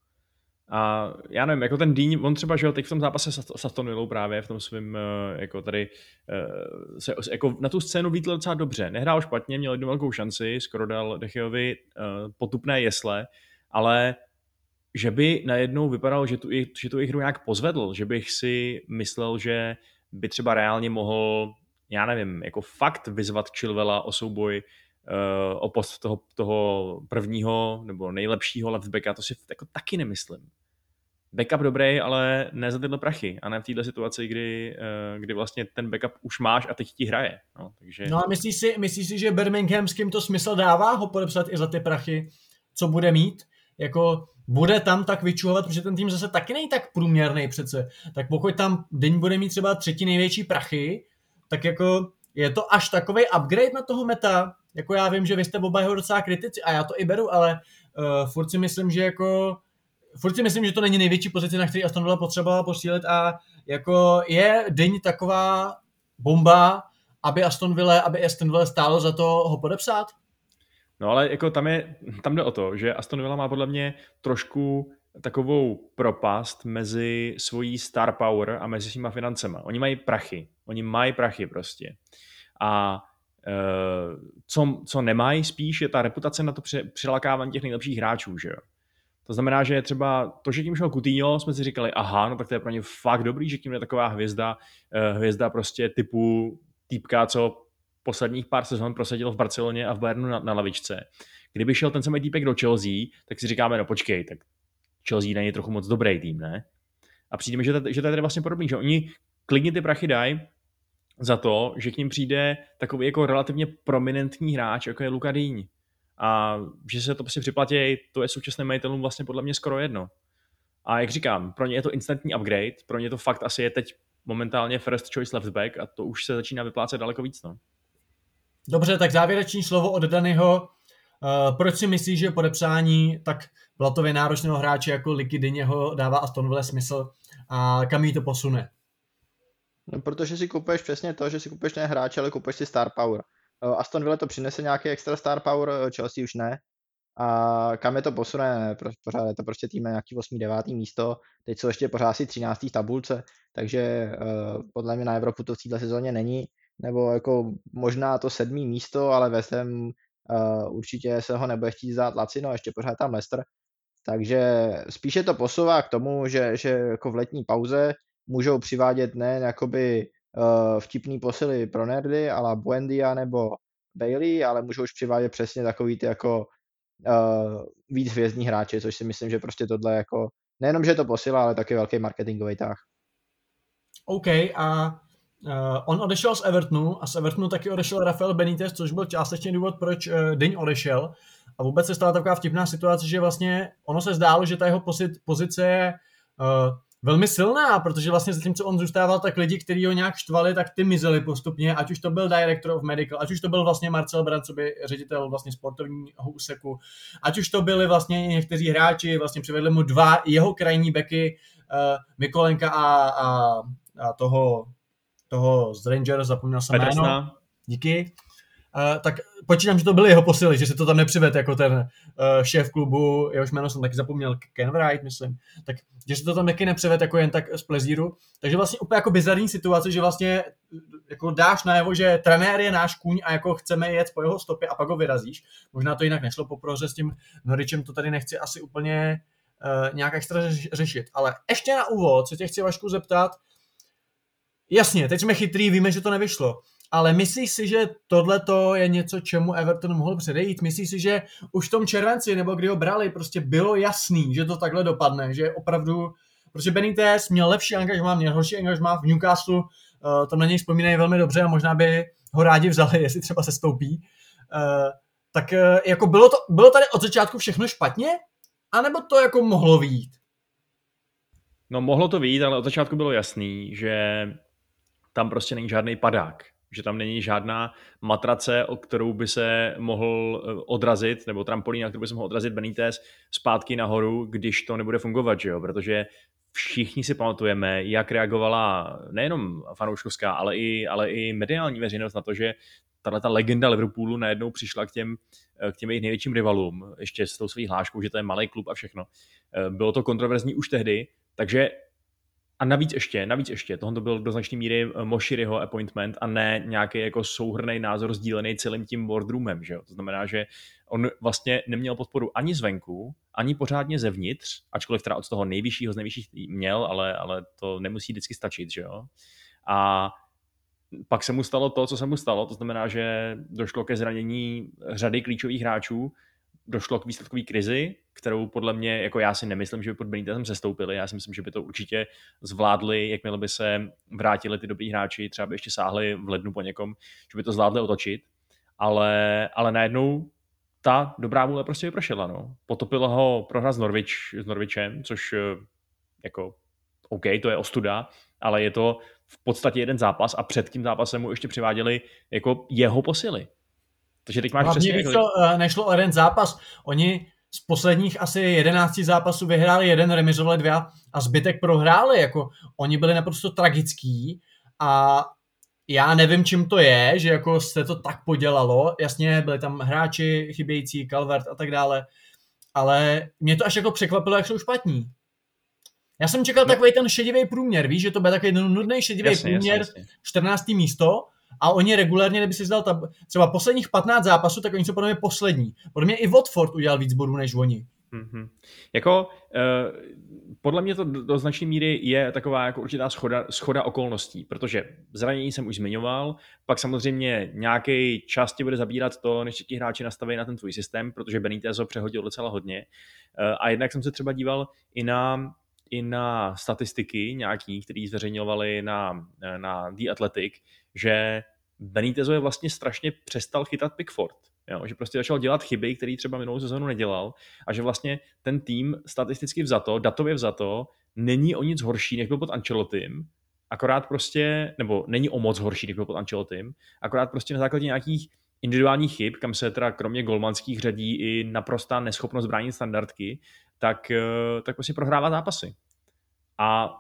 A já nevím, jako ten Digne, on třeba, že jo, teď v tom zápase s Aston Villou právě v tom svým, jako tady, se jako na tu scénu vítl docela dobře. Nehrál špatně, měl jednu velkou šanci, skoro dal De Geovi potupné jesle, ale že by najednou vypadalo, že tu, že tu hru nějak pozvedl, že bych si myslel, že by třeba reálně mohl, já nevím, jako fakt vyzvat Chilwella o souboj uh, o post toho, toho prvního nebo nejlepšího leftbacka, to si jako taky nemyslím. Backup dobrý, ale ne za tyhle prachy a ne v této situaci, kdy, uh, kdy vlastně ten backup už máš a teď ti hraje. No, takže... no a myslíš si, myslíš si, že Birminghamským to smysl dává ho podepsat i za ty prachy, co bude mít? Jako bude tam tak vyčuhovat, protože ten tým zase taky není tak průměrný přece. Tak pokud tam Digne bude mít třeba třetí největší prachy, tak jako je to až takovej upgrade na toho Meta. Jako já vím, že vy jste oba jeho docela kritici a já to i beru, ale uh, furt si myslím, že jako furt si myslím, že to není největší pozice, na který Aston Villa potřebovala posílit a jako je Digne taková bomba, aby Aston Villa, aby Aston Villa stálo za to ho podepsat? No ale jako tam, je, tam jde o to, že Aston Villa má podle mě trošku takovou propast mezi svojí star power a mezi svýma financema. Oni mají prachy. Oni mají prachy prostě. A e, co, co nemají spíš je ta reputace na to přilákávání těch nejlepších hráčů, že jo. To znamená, že třeba to, že tím šel Coutinho, jsme si říkali, aha, no tak to je pro ně fakt dobrý, že tím je taková hvězda, hvězda prostě typu týpka, co posledních pár sezon prosadil v Barceloně a v Bayernu na, na lavičce. Kdyby šel ten samý týpek do Chelsea, tak si říkáme, no počkej, tak Chelsea není trochu moc dobrý tým, ne? A přijde mi, že to, že to je tady vlastně podobný, že oni klidně ty prachy dají za to, že k ním přijde takový jako relativně prominentní hráč, jako je Luka Digne. A že se to prostě připlatí, to je současným majitelům vlastně podle mě skoro jedno. A jak říkám, pro ně je to instantní upgrade, pro ně to fakt asi je teď momentálně first choice left back a to už se začíná vyplácet daleko víc. No. Dobře, tak závěrečný slovo od Danyho. Uh, proč si myslíš, že podepsání tak platově náročného hráče jako Luky Digneho dává Aston Villa smysl a kam jí to posune? No, protože si kupuješ přesně to, že si kupuješ ne hráče, ale kupuješ si star power. Aston Villa to přinese nějaký extra star power, Chelsea už ne. A kam je to posune? Pořád je to prostě tým na nějaký osmý devátý místo. Teď jsou ještě pořád asi třináctý v tabulce, takže uh, podle mě na Evropu to v této sezóně není. Nebo jako možná to sedmý místo, ale West Ham uh, určitě se ho nebude chtít zdát lacino, ještě pořád tam Leicester. Takže spíše to posouvá k tomu, že, že jako v letní pauze můžou přivádět ne jakoby uh, vtipný posily pro nerdy, ale Buendia nebo Bailey, ale můžou už přivádět přesně takový ty jako uh, víc hvězdní hráče, což si myslím, že prostě tohle jako nejenom, že je to posila, ale taky velký marketingový tah. OK, a uh, on odešel z Evertonu a z Evertonu taky odešel Rafael Benitez, což byl částečně důvod, proč uh, Digne odešel. A vůbec se stala taková vtipná situace, že vlastně ono se zdálo, že ta jeho pozice je uh, velmi silná, protože vlastně zatímco on zůstával, tak lidi, kteří ho nějak štvali, tak ty mizeli postupně, ať už to byl director of medical, ať už to byl vlastně Marcel Brandt, co by ředitel vlastně sportovního úseku, ať už to byli vlastně někteří hráči, vlastně přivedli mu dva jeho krajní beky, uh, Mikolenka a, a, a toho, toho z Rangers, zapomněl jsem jméno. Díky. Uh, tak počítám, že to byly jeho posily, že se to tam nepřived jako ten uh, šéf klubu, jehož jméno jsem taky zapomněl, Ken Wright, myslím, tak že se to tam taky nepřived jako jen tak z plezíru. Takže vlastně úplně jako bizarní situace, že vlastně jako dáš najevo, že trenér je náš kůň a jako chceme jet po jeho stopě a pak ho vyrazíš. Možná to jinak nešlo po prohře s tím Norwichem, to tady nechci asi úplně uh, nějak extra řešit. Ale ještě na úvod se tě chci, Vašku, zeptat, jasně, teď jsme chytrý, víme, že to nevyšlo. Ale myslíš si, že tohleto je něco, čemu Everton mohl předejít? Myslíš si, že už v tom červenci, nebo kdy ho brali, prostě bylo jasný, že to takhle dopadne, že opravdu, protože Benitez měl lepší angažmá, měl horší angažmá v Newcastle, uh, tam na něj vzpomínají velmi dobře a možná by ho rádi vzali, jestli třeba se stoupí. Uh, tak uh, jako bylo, to, bylo tady od začátku všechno špatně? A nebo to jako mohlo vyjít? No mohlo to vyjít, ale od začátku bylo jasný, že tam prostě není žádný padák. Že tam není žádná matrace, o kterou by se mohl odrazit, nebo trampolín, na kterou by se mohl odrazit Benitez zpátky nahoru, když to nebude fungovat, že jo? Protože všichni si pamatujeme, jak reagovala nejenom fanouškovská, ale i, ale i mediální veřejnost na to, že tato legenda Liverpoolu najednou přišla k těm, k těm jejich největším rivalům, ještě s tou svou hláškou, že to je malý klub a všechno. Bylo to kontroverzní už tehdy, takže a navíc ještě, navíc ještě, tohle byl do značné míry Moshiriho appointment a ne nějaký jako souhrnný názor sdílený celým tím boardroomem, že jo? To znamená, že on vlastně neměl podporu ani zvenku, ani pořádně zevnitř, ačkoliv teda od toho nejvyššího z nejvyšších měl, ale, ale to nemusí vždycky stačit, že jo? A pak se mu stalo to, co se mu stalo, to znamená, že došlo ke zranění řady klíčových hráčů, došlo k výsledkové krizi, kterou podle mě, jako já si nemyslím, že by pod Benitezem sestoupili, já si myslím, že by to určitě zvládli, jakmile by se vrátili ty dobrý hráči, třeba by ještě sáhli v lednu po někom, že by to zvládli otočit, ale, ale najednou ta dobrá vůle prostě vypršela, no. Potopilo ho prohra s, Norwich, s Norwichem, což jako OK, to je ostuda, ale je to v podstatě jeden zápas a před tím zápasem mu ještě přiváděli jako jeho posily. Takže teď máš Hlavně přesně... Víc to, nešlo o jeden zápas. Oni z posledních asi jedenácti zápasů vyhráli jeden, remizovali dva a zbytek prohráli. Jako, oni byli naprosto tragický a já nevím, čím to je, že jako se to tak podělalo. Jasně, byli tam hráči chybějící, Calvert a tak dále, ale mě to až jako překvapilo, jak jsou špatní. Já jsem čekal no. takový ten šedivý průměr, víš, že to byl takový nudný šedivý jasně, průměr, jasně, jasně. čtrnácté místo, a oni regulérně, kdyby si vzal ta, třeba posledních patnáct zápasů, tak oni jsou podle mě poslední. Podle mě i Watford udělal víc bodů než oni. Mm-hmm. Jako, uh, podle mě to do, do značné míry je taková jako určitá schoda, schoda okolností, protože zranění jsem už zmiňoval, pak samozřejmě nějaký čas tě bude zabírat to, než ti hráči nastaví na ten tvůj systém, protože Benitez ho přehodil docela hodně. Uh, a jednak jsem se třeba díval i na i na statistiky nějaký, který zveřejňovali na, na The Athletic, že Benitezo je vlastně strašně přestal chytat Pickford. Jo, že prostě začal dělat chyby, které třeba minulou sezónu nedělal, a že vlastně ten tým statisticky vzato, datově vzato, není o nic horší, než byl pod Ancelottim, akorát prostě, nebo není o moc horší, než byl pod Ancelottim, akorát prostě na základě nějakých individuálních chyb, kam se teda kromě golmanských řadí i naprostá neschopnost bránit standardky, tak, tak prostě prohrává zápasy. A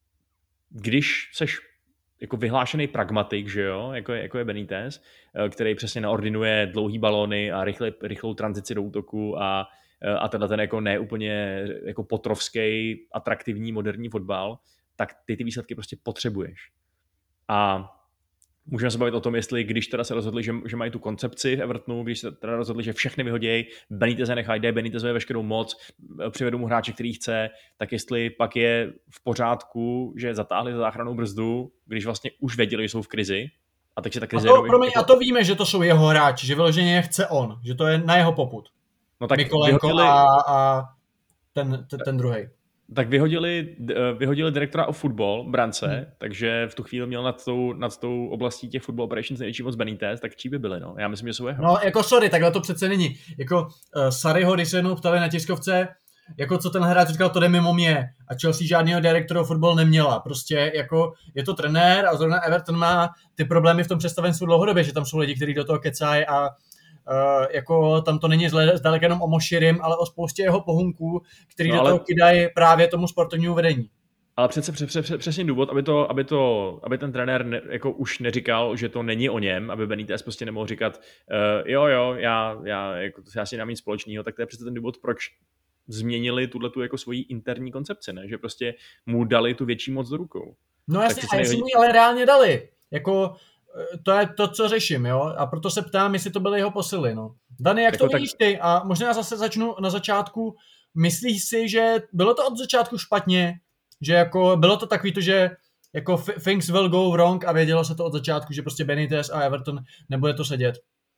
když seš jako vyhlášený pragmatik, že jo, jako je, jako je Benitez, který přesně naordinuje dlouhý balóny a rychle, rychlou tranzici do útoku a, a teda ten jako neúplně jako potrovský, atraktivní, moderní fotbal, tak ty ty výsledky prostě potřebuješ. A můžeme se bavit o tom, jestli když teda se rozhodli, že, že mají tu koncepci v Evertonu, když se teda rozhodli, že všechny vyhodějí, Beniteze nechají, jde Benitezové veškerou moc, přivedou mu hráče, který chce, tak jestli pak je v pořádku, že zatáhli za záchrannou brzdu, když vlastně už věděli, že jsou v krizi. A, tak se ta krize a, to, promiň, jako... a to víme, že to jsou jeho hráči, že vyloženě je chce on, že to je na jeho popud. No tak Mikolenko vyhodili... a, a ten, ten, ten druhý. Tak vyhodili, vyhodili direktora o football, Brance, hmm. takže v tu chvíli měl nad tou, nad tou oblastí těch football operations největší moc Benitez, tak čí by byli, no? Já myslím, že jsou jeho. No, jako sorry, takhle to přece není. Jako uh, Sarriho, když se jednou ptali na tiskovce, jako co ten hráč říkal, to jde mimo mě. A Chelsea žádného direktora football neměla. Prostě jako je to trenér a zrovna Everton má ty problémy v tom představenstvu dlouhodobě, že tam jsou lidi, kteří do toho kecají a Uh, jako tam to není zle, zdaleka jenom o Moširim, ale o spoustě jeho pohunků, který no, do ale... toho kydají právě tomu sportovnímu vedení. Ale přece pře, pře, pře, přesně důvod, aby, to, aby, to, aby ten trenér ne, jako už neříkal, že to není o něm, aby Benitez prostě nemohl říkat uh, jo, jo, já, já, jako, já si nemám nic společného, tak to je přece ten důvod, proč změnili tuhletu jako svoji interní koncepci, ne? Že prostě mu dali tu větší moc do rukou. No jasně, a jestli mu ji ale reálně dali, jako to je to, co řeším, jo, a proto se ptám, jestli to byly jeho posily, no. Dani, jak jako to vidíš tak... ty? A možná zase začnu na začátku. Myslíš si, že bylo to od začátku špatně? Že jako bylo to takový to, že jako things will go wrong a vědělo se to od začátku, že prostě Benitez a Everton nebude to sedět?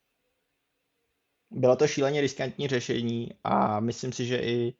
Bylo to šíleně riskantní řešení a myslím si, že i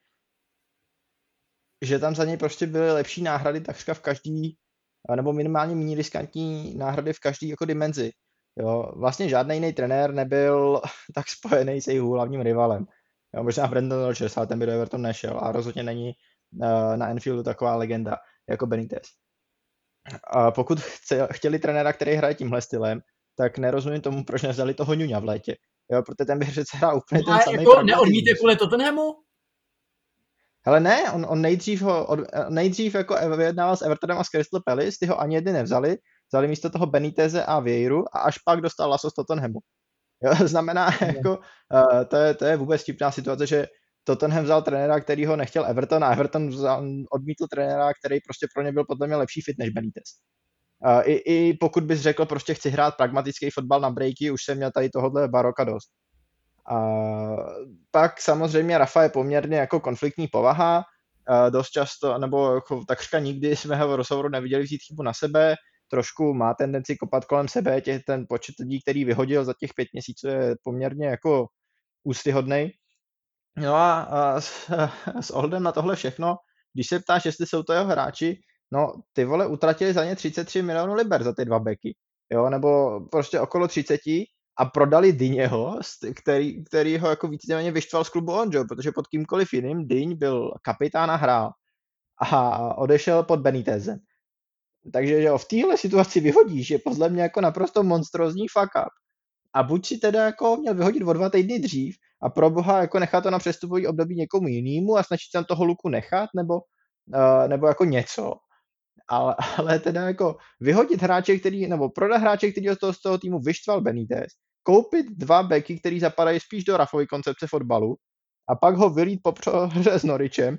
že tam za něj prostě byly lepší náhrady takřka v každý, nebo minimálně méně riskantní náhrady v každé jako dimenzi. Jo, vlastně žádný jiný trenér nebyl tak spojený s jejich hlavním rivalem. Jo, možná Brendan Rodgers, ale ten by do Everton nešel a rozhodně není uh, na Anfieldu taková legenda jako Benitez. A pokud chce, chtěli trenéra, který hraje tímhle stylem, tak nerozumím tomu, proč nevzali toho Ňuňa v létě. Jo, protože ten by přece hrál úplně no ten samý. Jako neodmítě kvůli Tottenhamu? Hele ne, on, on nejdřív, ho, od, nejdřív jako vyjednával s Evertonem a s Crystal Palace, ty ho ani jedny nevzali, vzali místo toho Beniteze a Vieiru a až pak dostal laso z Tottenhamu. Jo, znamená, no. jako, uh, to, je, to je vůbec vtipná situace, že Tottenham vzal trenéra, který ho nechtěl Everton a Everton vzal, odmítl trenéra, který prostě pro ně byl podle mě lepší fit než Benitez. Uh, i, I pokud bys řekl, prostě chci hrát pragmatický fotbal na breaky, už jsem měl tady tohohle baroka dost. A pak samozřejmě Rafa je poměrně jako konfliktní povaha, dost často, nebo jako takřka nikdy jsme ho v rozhovoru neviděli vzít chybu na sebe, trošku má tendenci kopat kolem sebe, těch, ten počet lidí, který vyhodil za těch pět měsíců je poměrně jako úctyhodnej. No a, a s, s ohledem na tohle všechno, když se ptáš, jestli jsou to jeho hráči, no ty vole utratili za ně třicet tři milionů liber za ty dva beky, jo, nebo prostě okolo třicet a prodali Diněho, který, který ho jako víceméně vyštval z klubu on, jo, protože pod kýmkoliv jiným Diň byl kapitán a hrál a odešel pod Benitezem. Takže jo, v téhle situaci vyhodíš, je podle mě jako naprosto monstrózní fuck up. A buď si teda jako měl vyhodit o dva týdny dřív a pro boha jako nechat to na přestupový období někomu jinému a snažit tam toho Luku nechat, nebo, uh, nebo jako něco. ale, ale teda jako vyhodit hráče, který, nebo prodat hráče, který z toho, z toho týmu vyštval Benitez, koupit dva beky, který zapadají spíš do Rafovy koncepce fotbalu a pak ho vylít po prohře s Norwichem,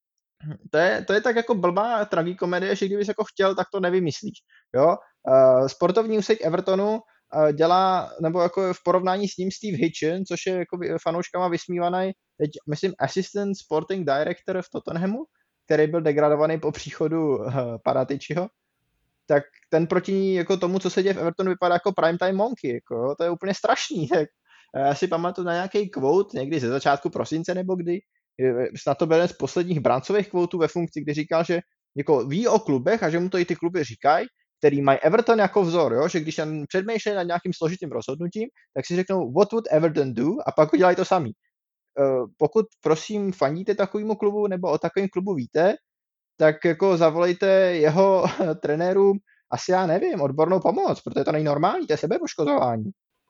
to je, to je tak jako blbá tragikomedie, že kdybys jako chtěl, tak to nevymyslíš. Jo? Uh, sportovní úsek Evertonu uh, dělá, nebo jako v porovnání s ním Steve Hitchen, což je jako fanouškama vysmívaný, teď myslím assistant sporting director v Tottenhamu, který byl degradovaný po příchodu uh, Paratičiho, tak ten proti jako tomu, co se děje v Evertonu, vypadá jako primetime monkey. Jako, jo? To je úplně strašný. Tak já si pamatuju na nějaký quote někdy ze začátku prosince nebo kdy, snad to byl jeden z posledních brancových kvótů ve funkci, kdy říkal, že jako ví o klubech a že mu to i ty kluby říkají, který mají Everton jako vzor, jo? Že když předmýšlejí nad nějakým složitým rozhodnutím, tak si řeknou, what would Everton do? A pak udělají to samý. Pokud prosím fandíte takovému klubu nebo o takovém klubu víte, tak jako zavolejte jeho trenérům asi já nevím, odbornou pomoc, protože to není normální, to je sebepoškozování.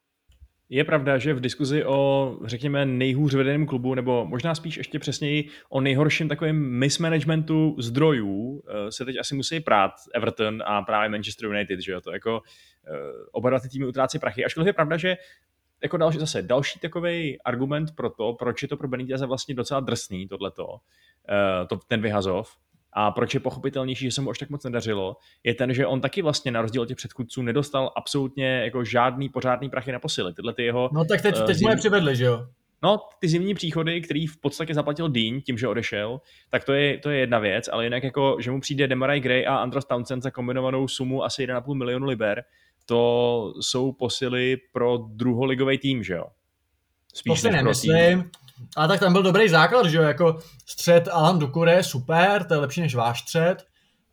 Je pravda, že v diskuzi o, řekněme, nejhůř vedeném klubu, nebo možná spíš ještě přesněji o nejhorším takovém mismanagementu zdrojů, se teď asi musí prát Everton a právě Manchester United, že jo, to jako oba dva ty týmy utrácí prachy. Ačkoliv je pravda, že jako další, zase další takový argument pro to, proč je to pro Beniteze vlastně docela drsný, tohleto, to, ten vyhazov, a proč je pochopitelnější, že se mu až tak moc nedařilo, je ten, že on taky vlastně na rozdíl od těch předchůdců nedostal absolutně jako žádný pořádný prachy na posily. Tyhle ty jeho... No tak teď, teď zim... jsme je přivedli, že jo? No, ty zimní příchody, který v podstatě zaplatil Dean tím, že odešel, tak to je, to je jedna věc, ale jinak jako, že mu přijde Demarai Gray a Andros Townsend za kombinovanou sumu asi jedna celá pět milionu liber, to jsou posily pro druholigový tým, že jo? Spíš to si nemyslím. Ale tak tam byl dobrý základ, že jo, jako střed Alan Doucouré, super, to je lepší než váš střed.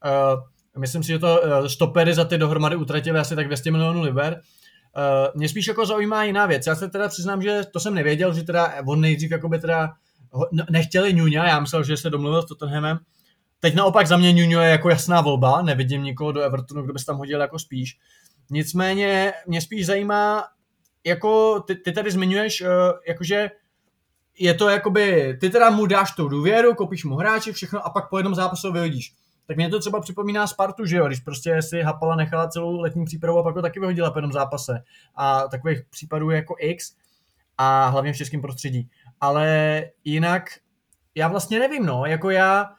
Uh, myslím si, že to uh, stopery za ty dohromady utratili asi tak dvě stě milionů liber. Uh, mě spíš jako zaujímá jiná věc. Já se teda přiznám, že to jsem nevěděl, že teda on nejdřív jakoby teda nechtěli Nuňa, já myslel, že se domluvil s Tottenhamem. Teď naopak za mě Nuňo je jako jasná volba, nevidím nikoho do Evertonu, kdo by se tam hodil jako spíš. Nicméně mě spíš zajímá, jako ty, ty tady zmiňuješ, uh, jakože je to jakoby, ty teda mu dáš tu důvěru, koupíš mu hráči, všechno a pak po jednom zápasu ho vyhodíš. Tak mě to třeba připomíná Spartu, že jo, když prostě si Hapala nechala celou letní přípravu a pak ho taky vyhodila po jednom zápase. A takových případů je jako X a hlavně v českém prostředí. Ale jinak já vlastně nevím, no, jako já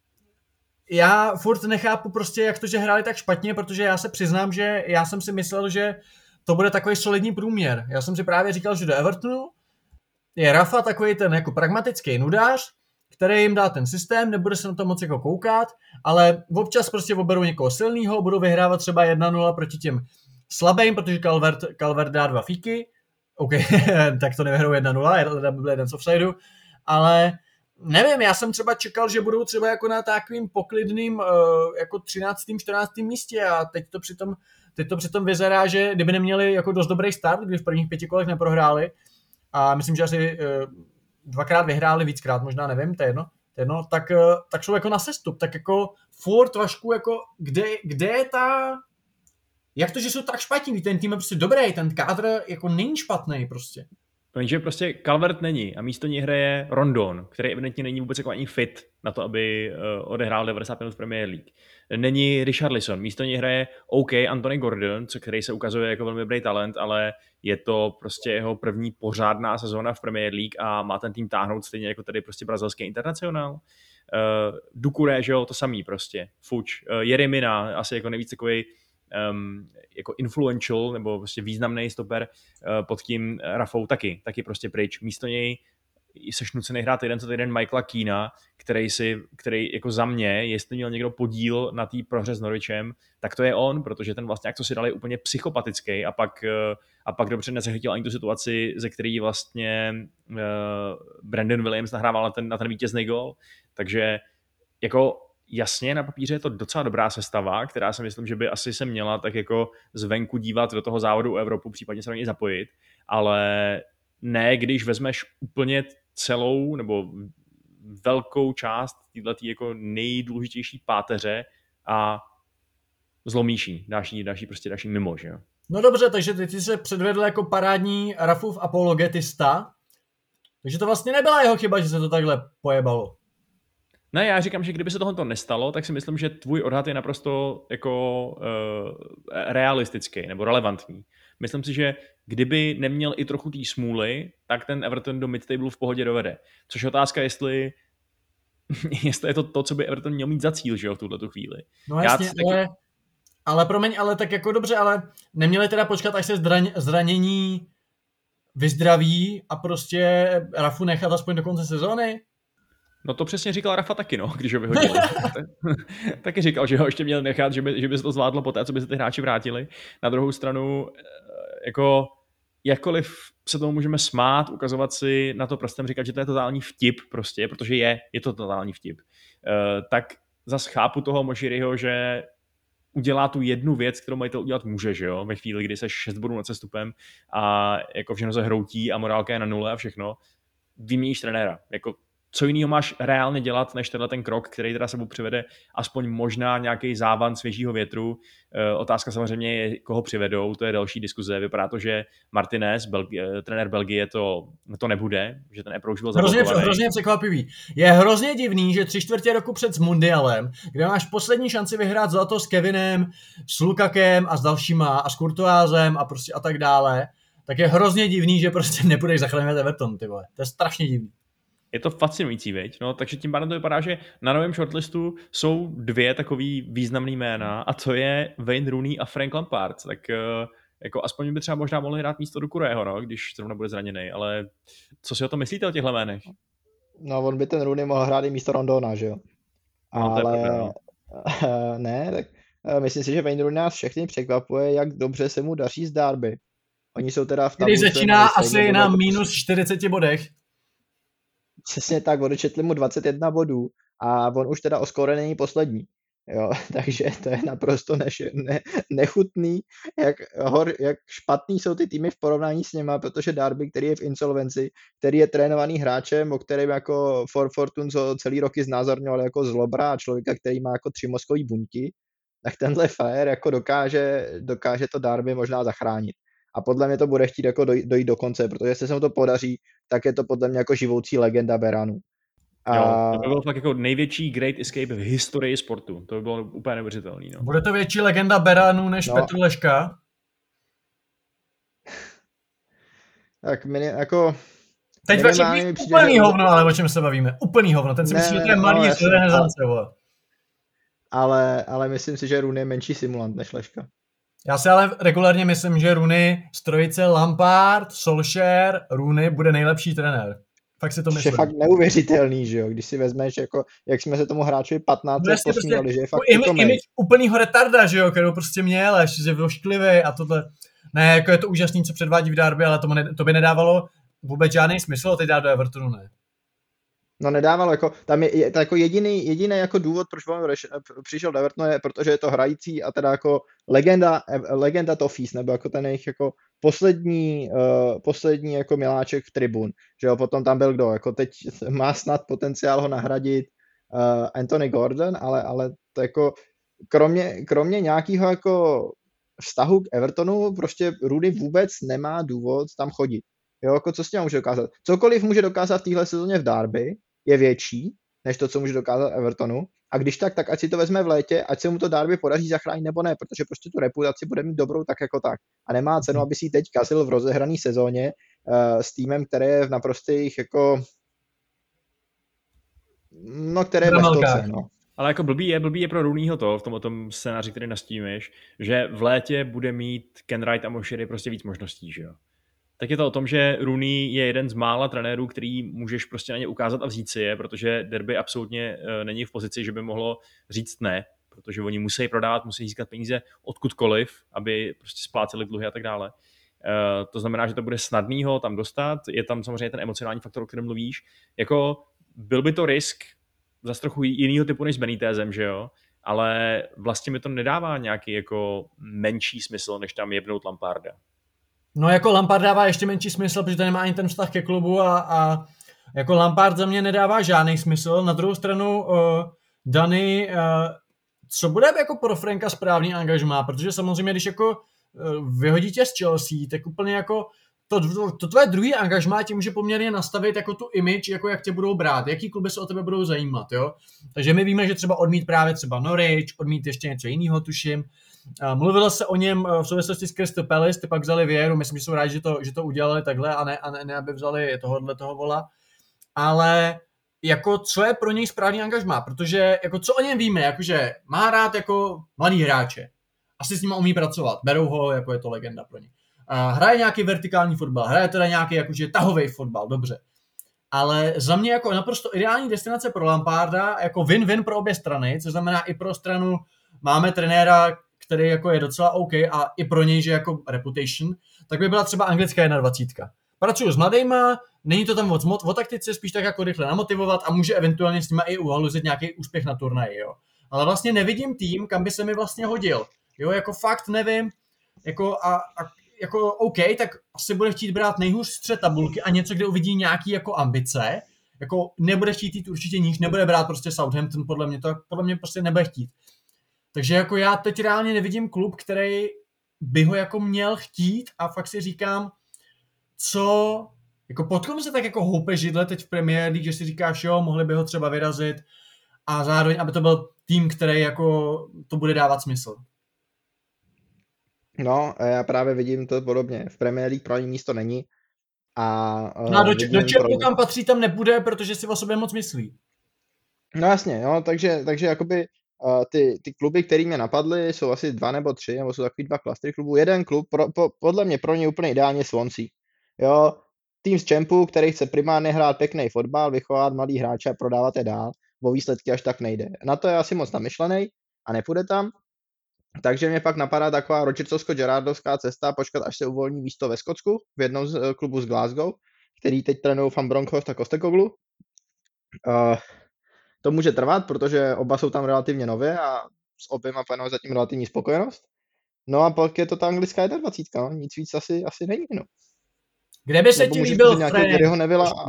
já furt nechápu prostě, jak to, že hráli tak špatně, protože já se přiznám, že já jsem si myslel, že to bude takový solidní průměr. Já jsem si právě říkal, že do Evertonu je Rafa takový ten jako pragmatický nudář, který jim dá ten systém, nebude se na to moc jako koukat, ale občas prostě oberou někoho silného, budou vyhrávat třeba jedna nula proti těm slabým, protože Calvert, Calvert dá dva fíky, OK, tak to nevyhrou jedna nula, byl jeden z offsideu, ale nevím, já jsem třeba čekal, že budou třeba jako na takovým poklidným jako třináctém čtrnáctém místě a teď to přitom, teď to přitom vyzerá, že kdyby neměli jako dost dobrý start, když v prvních pěti kolech neprohráli, a myslím, že asi uh, dvakrát vyhráli, víckrát, možná nevím, to je jedno, to je jedno tak, uh, tak jsou jako na sestup, tak jako furt Vašku, jako kde, kde je ta, jak to, že jsou tak špatní, ten tým je prostě dobrý, ten kádr jako není špatný prostě. Protože prostě Calvert není a místo ní hraje Rondon, který evidentně není vůbec jako ani fit na to, aby uh, odehrál devadesát minut v Premier League. Není Richarlison, místo ní hraje OK Anthony Gordon, co který se ukazuje jako velmi dobrý talent, ale je to prostě jeho první pořádná sezóna v Premier League a má ten tým táhnout stejně jako tady prostě brazilský internacionál. Uh, Doucouré, že jo, to samý prostě, fuč. Uh, Jeremina, asi jako nejvíc takový Um, jako influential nebo prostě významný stoper uh, pod tím Rafou taky, taky prostě pryč. Místo něj seš nucený hrát jeden co týden Michaela Keana, který si, který jako za mě, jestli měl někdo podíl na té prohře s Norwichem, tak to je on, protože ten vlastně jak to si dal je úplně psychopatický a pak, uh, a pak dobře nezachytil ani tu situaci, ze který vlastně uh, Brandon Williams nahrával na ten, na ten vítězný gól. Takže jako jasně, na papíře je to docela dobrá sestava, která si myslím, že by asi se měla tak jako zvenku dívat do toho závodu o Evropu, případně se do něj zapojit, ale ne, když vezmeš úplně celou nebo velkou část této jako nejdůležitější páteře a zlomíš jí, dáš jí, dáš jí prostě dáš jí mimo, že jo. No dobře, takže ty jsi se předvedl jako parádní Rafův apologetista, takže to vlastně nebyla jeho chyba, že se to takhle pojebalo. Ne, já říkám, že kdyby se tohle nestalo, tak si myslím, že tvůj odhad je naprosto jako uh, realistický nebo relevantní. Myslím si, že kdyby neměl i trochu té smůly, tak ten Everton do mid-table v pohodě dovede. Což je otázka, jestli, jestli je to to, co by Everton měl mít za cíl, že jo, v tuhletu chvíli. No jasně, taky... ale, ale promiň, ale tak jako dobře, ale neměli teda počkat, až se zdraň, zranění vyzdraví a prostě Rafu nechat aspoň do konce sezóny? No to přesně říkal Rafa taky, no, když ho vyhodili. Taky říkal, že ho ještě měl nechat, že by, že by se to zvládlo poté, co by se ty hráči vrátili. Na druhou stranu, jako jakkoliv se tomu můžeme smát, ukazovat si na to prstem, říkat, že to je totální vtip prostě, protože je, je to totální vtip. Uh, tak zas chápu toho Moshiriho, že udělá tu jednu věc, kterou majitel udělat může, že jo, ve chvíli, kdy se šest bodů nad sestupem a jako všechno se hroutí a morálka je na nule a všechno, vyměníš trenéra. Jako co jiného máš reálně dělat, než tenhle ten krok, který teda sebou přivede aspoň možná nějaký závan svěžího větru. E, otázka samozřejmě je, koho přivedou, to je další diskuze. Vypadá to, že Martinez, Belgi- trenér Belgie, to, to nebude, že ten approach byl hrozně, zablokovaný. Hrozně překvapivý. Je hrozně divný, že tři čtvrtě roku před mundialem, kde máš poslední šanci vyhrát zlato s Kevinem, s Lukakem a s dalšíma a s Courtoisem a prostě a tak dále, tak je hrozně divný, že prostě nebudeš zachraňovat Everton, ty vole. To je strašně divný. Je to fascinující, viď? No, takže tím pádem to vypadá, že na novém shortlistu jsou dvě takový významný jména a to je Wayne Rooney a Frank Lampard. Tak uh, jako aspoň by třeba možná mohli hrát místo Doucourého, no, když zrovna bude zraněný, ale co si o tom myslíte o těchto jménech? No, on by ten Rooney mohl hrát i místo Rondona, že jo? No, ale pravda, no. ne, tak myslím si, že Wayne Rooney nás všechny překvapuje, jak dobře se mu daří z Derby. Oni jsou teda v tabulce. Když začíná asi na minus čtyřicet bodech. Přesně tak, odečetli mu dvacet jedna bodů a on už teda o skóre není poslední. Jo, takže to je naprosto neš, ne, nechutný, jak, hor, jak špatný jsou ty týmy v porovnání s něma, protože Derby, který je v insolvenci, který je trénovaný hráčem, o kterém jako For Fortune celý roky znázorňoval jako zlobra a člověka, který má jako tři mozkový buňky, tak tenhle frajer jako dokáže, dokáže to Derby možná zachránit. A podle mě to bude chtít jako dojít, dojít do konce, protože jestli se mu to podaří, tak je to podle mě jako živoucí legenda Beranu. A... Jo, to by bylo fakt jako největší great escape v historii sportu. To by bylo úplně neuvěřitelný. No. Bude to větší legenda Beranu než no. Petr Leška? Tak mini, jako... Teď vaše úplný hovno, ale o čem se bavíme. Úplný hovno. Ten si myslí, že to je malý z renesance. Ale, ale myslím si, že Rooney je menší simulant než Leška. Já si ale regulárně myslím, že Rooney z trojice Lampard, Solskjaer, Rooney bude nejlepší trenér. Fakt si to myslím. Je fakt neuvěřitelný, že jo, když si vezmeš, jako, jak jsme se tomu hráčovi patnáct let posmívali, prostě, že je fakt image, image úplnýho retarda, že jo, kterou prostě měl, až je vošklivý a tohle. Ne, jako je to úžasný, co předvádí v Derby, ale to, ne, to by nedávalo vůbec žádný smysl teď dát do Evertonu, ne? No nedávalo, jako, tam je, je to jako jediný, jediný jako důvod, proč on přišel do Evertonu, je, protože je to hrající a teda jako legenda, legenda Toffees, nebo jako ten jejich jako poslední, uh, poslední jako miláček v tribun, že jo, potom tam byl kdo, jako teď má snad potenciál ho nahradit uh, Anthony Gordon, ale, ale to jako kromě, kromě nějakého jako vztahu k Evertonu, prostě Rooney vůbec nemá důvod tam chodit. Jo, jako co s tím může dokázat? Cokoliv může dokázat v téhle sezóně v Derby, je větší, než to, co může dokázat Evertonu. A když tak, tak ať si to vezme v létě, ať se mu to Derby podaří zachránit nebo ne, protože prostě tu reputaci bude mít dobrou tak jako tak. A nemá cenu, aby si ji teď kazil v rozehrané sezóně uh, s týmem, který je v naprostých jako no, které je bez toce, no. Ale jako blbý je, blbý je pro Rooneyho to, v tom, tom scénáři, který nastíníš, že v létě bude mít Ken Wright a Moshiri prostě víc možností, že jo. Tak je to o tom, že Rooney je jeden z mála trenérů, který můžeš prostě na ně ukázat a vzít si je, protože Derby absolutně není v pozici, že by mohlo říct ne, protože oni musí prodávat, musí získat peníze odkudkoliv, aby prostě spláceli dluhy a tak dále. Uh, to znamená, že to bude snadný ho tam dostat, je tam samozřejmě ten emocionální faktor, o kterém mluvíš. Jako byl by to risk zase trochu jinýho typu než s Benitezem, že jo? Ale vlastně mi to nedává nějaký jako menší smysl, než tam jebnout Lamparda. No jako Lampard dává ještě menší smysl, protože to nemá ani ten vztah ke klubu a, a jako Lampard za mě nedává žádný smysl. Na druhou stranu uh, Dany, uh, co bude jako pro Franka správný angažmá, protože samozřejmě, když jako uh, vyhodí tě z Chelsea, tak úplně jako to, to, to tvoje druhý angažmá ti může poměrně nastavit jako tu image, jako jak tě budou brát, jaký kluby se o tebe budou zajímat, jo. Takže my víme, že třeba odmít právě třeba Norwich, odmít ještě něco jiného, tuším. Mluvilo se o něm v souvislosti s Crystal Palace, ty pak vzali Věru, myslím, že jsou rádi, že to, že to udělali takhle a ne, a ne, ne aby vzali tohohle toho vola. Ale jako co je pro něj správný angažmá, protože jako co o něm víme, jakože má rád jako mladý hráče, asi s ním umí pracovat, berou ho, jako je to legenda pro ně. Hraje nějaký vertikální fotbal, hraje teda nějaký jakože tahový fotbal, dobře. Ale za mě jako naprosto ideální destinace pro Lamparda, jako win-win pro obě strany, což znamená i pro stranu máme trenéra, který jako je docela OK a i pro něj, že jako reputation, tak by byla třeba anglická dvacet jedna. Pracuju s mladejma, není to tam moc o taktice, spíš tak jako rychle namotivovat a může eventuálně s nimi i uhaluzit nějaký úspěch na turnaji, jo. Ale vlastně nevidím tým, kam by se mi vlastně hodil. Jo, jako fakt nevím, jako a, a jako OK, tak asi bude chtít brát nejhůř střed tabulky a něco, kde uvidí nějaký jako ambice, jako nebude chtít jít určitě níž, nebude brát prostě Southampton, podle mě to podle mě prostě nebude chtít. Takže jako já teď reálně nevidím klub, který by ho jako měl chtít a fakt si říkám, co, jako pod kom se tak jako houpe židle teď v Premier League, že si říkáš, jo, mohli by ho třeba vyrazit a zároveň, aby to byl tým, který jako to bude dávat smysl. No, já právě vidím to podobně. V Premier League pro ní místo není. A, no a do, vidím do čeho pro... kam patří, tam nebude, protože si o sobě moc myslí. No jasně, jo, takže, takže jakoby uh, ty, ty kluby, které mě napadly, jsou asi dva nebo tři, nebo jsou takový dva klastry klubů. Jeden klub, pro, po, podle mě pro ně úplně ideálně Swansea. Jo, tým z Čempu, který chce primárně hrát pěkný fotbal, vychovat mladý hráče a prodávat je dál, o výsledky až tak nejde. Na to je asi moc namyšlený a nepůjde tam. Takže mě pak napadá taková Rodgersovsko-Gerrardovská cesta, počkat, až se uvolní místo ve Skotsku, v jednom z klubu z Glasgow, který teď trénují Van Bronckhorst a Postecoglou. Uh, to může trvat, protože oba jsou tam relativně nově a s oběma panuje zatím relativní spokojenost. No a pak je to ta anglická dvacet jedna, no. Nic víc asi, asi není. No. Kde by se Nebo ti líbil Frank? Nevila a...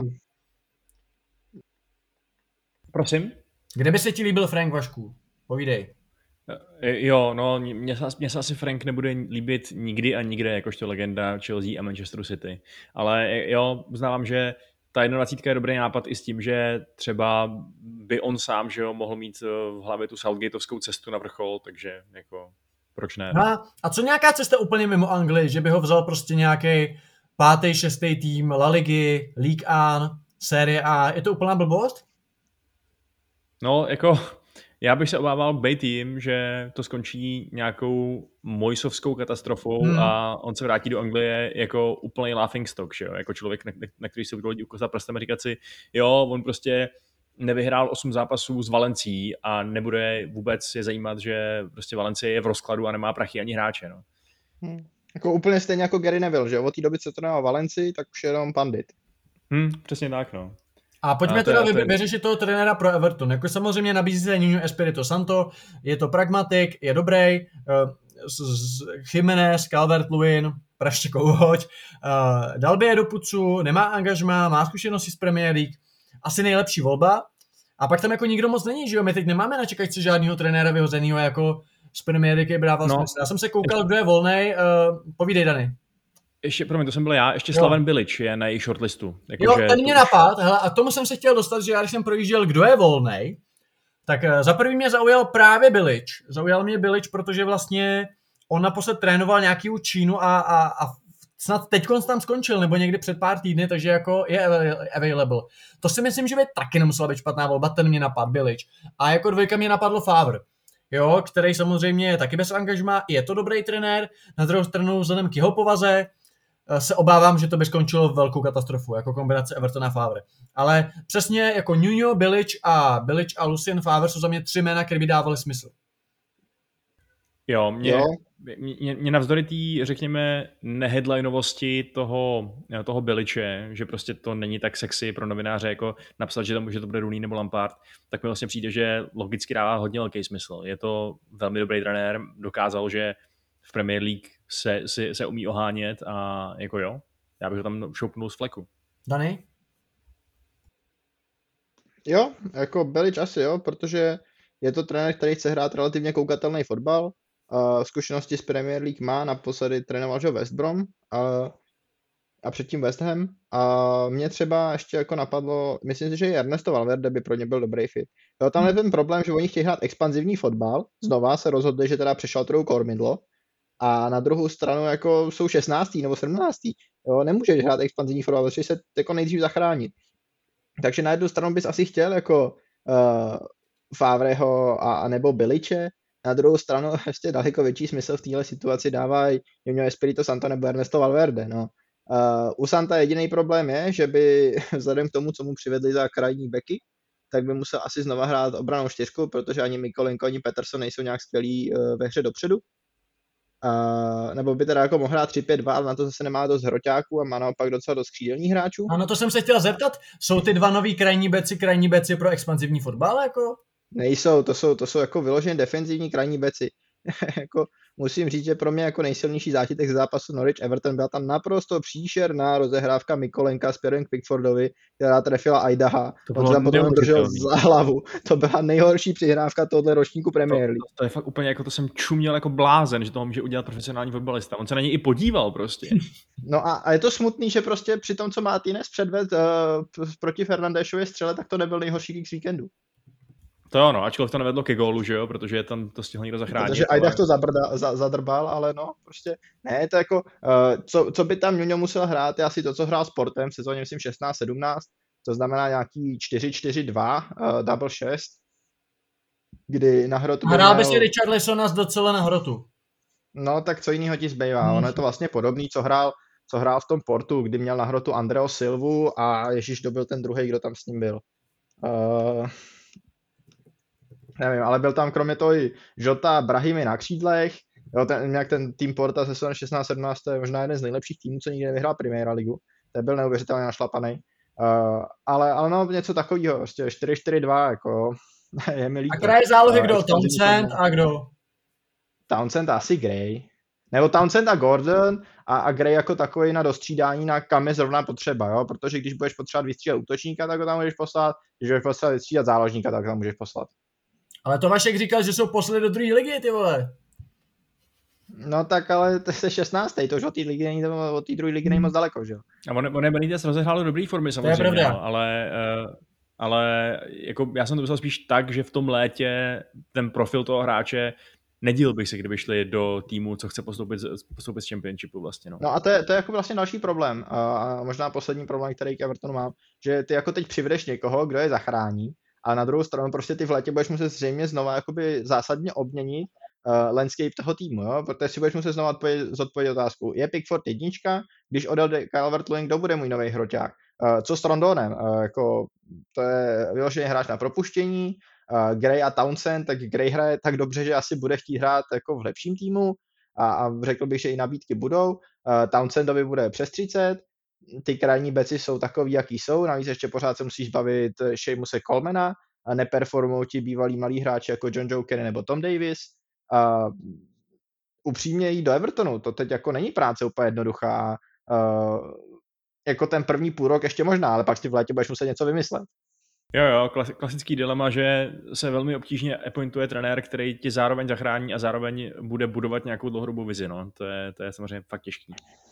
Prosím? Kde by se ti líbil Frank, Vašku? Povídej. Jo, no, mně se, mně se asi Frank nebude líbit nikdy a nikde, jakožto legenda Chelsea a Manchesteru City. Ale jo, uznávám, že ta dvacet jedna je dobrý nápad i s tím, že třeba by on sám, že jo, mohl mít v hlavě tu Southgateovskou cestu na vrchol, takže jako proč ne? A, a co nějaká cesta úplně mimo Anglii, že by ho vzal prostě nějaký pátý, šestý tým La Ligy, Ligue jedna, Serie A, je to úplná blbost? No, jako já bych se obával být tím, že to skončí nějakou mojsovskou katastrofou hmm. a on se vrátí do Anglie jako úplný laughing stock, že jo? Jako člověk, na, na který se budou lidi ukázat prstem a říkat si, jo, on prostě nevyhrál osm zápasů s Valencí a nebude vůbec je zajímat, že prostě Valencie je v rozkladu a nemá prachy ani hráče, no. Hmm. Jako úplně stejně jako Gary Neville, že jo? Od té doby, co to nemá Valencii, tak už je jenom pandit. Hmm, přesně tak, no. A pojďme a to teda je, to vyřešit toho trenéra pro Everton. Jako samozřejmě nabízí se Nuno Espirito Santo, je to pragmatik, je dobrý, uh, Jiménez, Calvert-Lewin, praště kouhoď, uh, dal by je do pucu, nemá angažmá, má zkušenosti z Premier League, asi nejlepší volba. A pak tam jako nikdo moc není, že jo? My teď nemáme na čekačce žádného trenéra vyhozenýho jako z Premier League brával no. smysl. Já jsem se koukal, kdo je volnej, uh, povídej, Dany. Ještě, promiň, to jsem byl já, ještě jo. Slaven Bilic je na jejich shortlistu. Jako, jo, ten mě už... napad, hele, a tomu jsem se chtěl dostat, že já když jsem projížděl, kdo je volnej, tak uh, za prvý mě zaujal právě Bilic. Zaujal mě Bilic, protože vlastně on naposled trénoval nějakýho Čínu a, a, a snad teďkonc tam skončil, nebo někdy před pár týdny, takže jako je available. To si myslím, že by taky nemusela být špatná volba, ten mě napad Bilic. A jako dvojka mě napadlo Favre, jo, který samozřejmě je taky bez angažmá, je to dobrý trenér, na druhou stranu vzhledem k jeho povaze se obávám, že to by skončilo velkou katastrofu, jako kombinace Evertona a Favre. Ale přesně jako Nuno, Bilic a Bilic a Lucien Favre jsou za mě tři jména, které by dávaly smysl. Jo, mě, jo. mě, mě navzdory tý, řekněme, neheadlineovosti toho, toho Biliče, že prostě to není tak sexy pro novináře, jako napsat, že to, že to bude Rooney nebo Lampard, tak mi vlastně přijde, že logicky dává hodně velký smysl. Je to velmi dobrý trenér, dokázal, že v Premier League se, se, se umí ohánět a jako jo, já bych ho tam šoupnul z fleku. Dany? Jo, jako Bilic asi jo, protože je to trenér, který chce hrát relativně koukatelný fotbal. Uh, zkušenosti z Premier League má, naposledy trénoval že West Brom. Uh, a předtím West Ham. A mě třeba ještě jako napadlo, myslím si, že i Ernesto Valverde by pro ně byl dobrý fit. Jo, tam je ten problém, že oni chtějí hrát expanzivní fotbal, znova se rozhodli, že teda přešaltrujou kormidlo, a na druhou stranu jako jsou šestnáctý nebo sedmnáctý Jo, nemůžeš hrát expanzivní fotbal, protože se jako nejdřív zachránit. Takže na jednu stranu bys asi chtěl jako uh, Favreho a, a nebo Biliče, na druhou stranu ještě daleko větší smysl v téhle situaci dávají Nuno Espirito Santo nebo Ernesto Valverde. No. Uh, u Santa jediný problém je, že by vzhledem k tomu, co mu přivedli za krajní beky, tak by musel asi znova hrát obranou čtyřku, protože ani Mikolenko, ani Peterson nejsou nějak skvělí uh, ve hře dopředu. Uh, nebo by teda jako mohl hrát tři pět dva, ale na to zase nemá dost hroťáků a má naopak docela dost křídelních hráčů. Ano, to jsem se chtěl zeptat. Jsou ty dva nový krajní beci, krajní beci pro expanzivní fotbal? Jako? Nejsou, to jsou, to jsou jako vyloženě defenzivní krajní beci. Jako musím říct, že pro mě jako nejsilnější zážitek ze zápasu Norwich Everton byla tam naprosto příšerná rozehrávka Mikolenka s Pierrem Pickfordovi, která trefila Aidaha. On se tam potom držel za hlavu. To byla nejhorší přihrávka tohoto ročníku Premier League. To, to, to je fakt úplně jako to jsem čuměl jako blázen, že to může udělat profesionální fotbalista. On se na něj i podíval prostě. No a, a je to smutný, že prostě při tom, co Martinez předved uh, proti Fernandešově střele, tak to nebyl nejhorší kick z víkendu. To jo, no, ačkoliv to nevedlo ke gólu, že jo, protože tam to stihl někdo zachránit. Protože Aidah to zabrda, za, zadrbal, ale no, prostě ne, to jako, uh, co, co by tam Nuno musel hrát, je asi to, co hrál Sportem v sezóně, myslím, šestnáct sedmnáct, to znamená nějaký čtyři čtyři dva, uh, double šest, kdy na hrotu... Hrál by si Richarlisona z docela na hrotu. No, tak co jiného ti zbývá, hmm. Ono je to vlastně podobný, co hrál, co hrál v tom Portu, kdy měl na hrotu Andreo Silvu a Ježíš to byl ten druhý, kdo tam s ním byl. Uh, Nevím, ale byl tam kromě toho i Jota, Brahimi na křídlech, jo, ten, nějak ten tým Porta ze sezóny šestnáct sedmnáct, to je možná jeden z nejlepších týmů, co nikdy nevyhrál Primera ligu, to byl neuvěřitelně našlapaný, uh, ale, ale no něco takového, prostě čtyři čtyři dva, jako je mi líto. A kraje zálohy kdo? Townsend a kdo? Townsend asi Gray, nebo Townsend a Gordon a, a Gray jako takový na dostřídání, na kam je zrovna potřeba, jo, protože když budeš potřebovat vystřídat útočníka, tak ho tam můžeš poslat, když budeš potřebovat vystřídat záložníka, tak ho tam můžeš poslat. Ale to Vašek říkal, že jsou poslali do druhé ligy, ty vole. No tak ale to je šestnáctý, to už od té ligy není, od té druhé ligy není moc daleko, že jo. A on, on Benitez rozehrál do dobré formy samozřejmě, no, ale, ale jako já jsem to myslel spíš tak, že v tom létě ten profil toho hráče nedíl bych si, kdyby šli do týmu, co chce postoupit, postoupit z Championshipu vlastně. No, no a to je, to je jako vlastně další problém a možná poslední problém, který k Evertonu mám, že ty jako teď přivedeš někoho, kdo je zachrání, a na druhou stranu prostě ty v létě budeš muset zřejmě znova jakoby zásadně obměnit uh, landscape toho týmu, jo? Protože si budeš muset znova odpovědět, zodpovědět otázku. Je Pickford jednička? Když odejde Calvert-Lewin, kdo bude můj nový hroťák? Uh, co s Rondonem? Uh, jako, to je vyloženě hráč na propuštění. Uh, Gray a Townsend, tak Gray hraje tak dobře, že asi bude chtít hrát jako v lepším týmu a, a řekl bych, že i nabídky budou. Uh, Townsendovi bude přes třicet, ty krajní beci jsou takový, jaký jsou, navíc ještě pořád se musíš bavit Seamuse Colemana a neperformují ti bývalí malí hráči jako John Joe Kenny nebo Tom Davis. A upřímně jít do Evertonu, to teď jako není práce úplně jednoduchá. Uh, jako ten první půl rok ještě možná, ale pak si v létě budeš muset něco vymyslet. Jo, jo, klasický dilema, že se velmi obtížně appointuje trenér, který ti zároveň zachrání a zároveň bude budovat nějakou dlouhodobou vizi, no. To je, to je samozřejmě fakt těžký.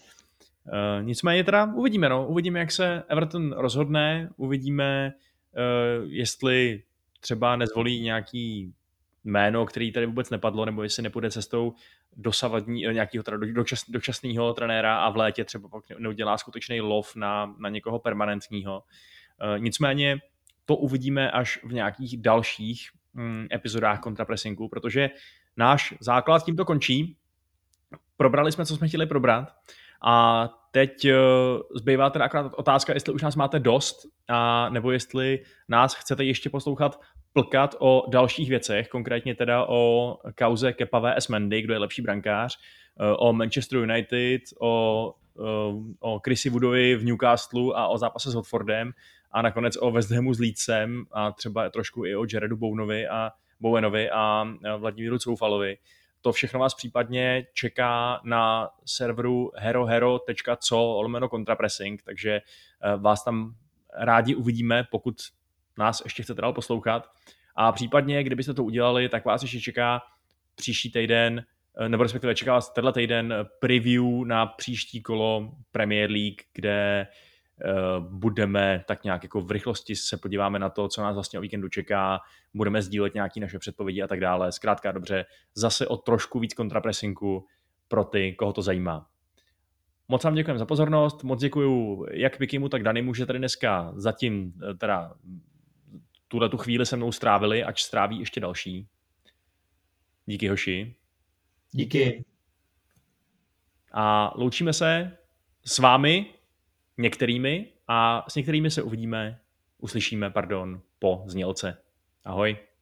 Uh, nicméně teda uvidíme, no. Uvidíme, jak se Everton rozhodne, uvidíme, uh, jestli třeba nezvolí nějaký jméno, který tady vůbec nepadlo, nebo jestli nepůjde cestou dosavadní, nějakého teda dočas, dočasného trenéra a v létě třeba pak neudělá skutečný lov na, na někoho permanentního. Uh, nicméně to uvidíme až v nějakých dalších mm, epizodách kontrapressingu, protože náš základ tímto končí. Probrali jsme, co jsme chtěli probrat. A teď uh, zbývá teda akorát otázka, jestli už nás máte dost, a nebo jestli nás chcete ještě poslouchat plkat o dalších věcech, konkrétně teda o kauze Kepa V S Mendy, kdo je lepší brankář, uh, o Manchester United, o, uh, o Chrisi Woodovi v Newcastlu a o zápase s Watfordem a nakonec o West Hamu s Leedsem a třeba trošku i o Jaredu Bowenovi a Bowenovi a Vladimíru Coufalovi. To všechno vás případně čeká na serveru herohero tečka co lomeno kontrapressing, takže vás tam rádi uvidíme, pokud nás ještě chcete dál poslouchat. A případně, kdybyste to udělali, tak vás ještě čeká příští týden nebo respektive čeká vás tenhle týden preview na příští kolo Premier League, kde budeme tak nějak jako v rychlosti se podíváme na to, co nás vlastně o víkendu čeká, budeme sdílet nějaké naše předpovědi a tak dále. Zkrátka dobře, zase o trošku víc kontrapresinku pro ty, koho to zajímá. Moc vám děkujeme za pozornost, moc děkuju jak Vikimu, tak Danimu, že tady dneska zatím teda tuhle tu chvíli se mnou strávili, ač stráví ještě další. Díky, hoši. Díky. A loučíme se s vámi, některými, a s některými se uvidíme, uslyšíme, pardon, po znělce. Ahoj.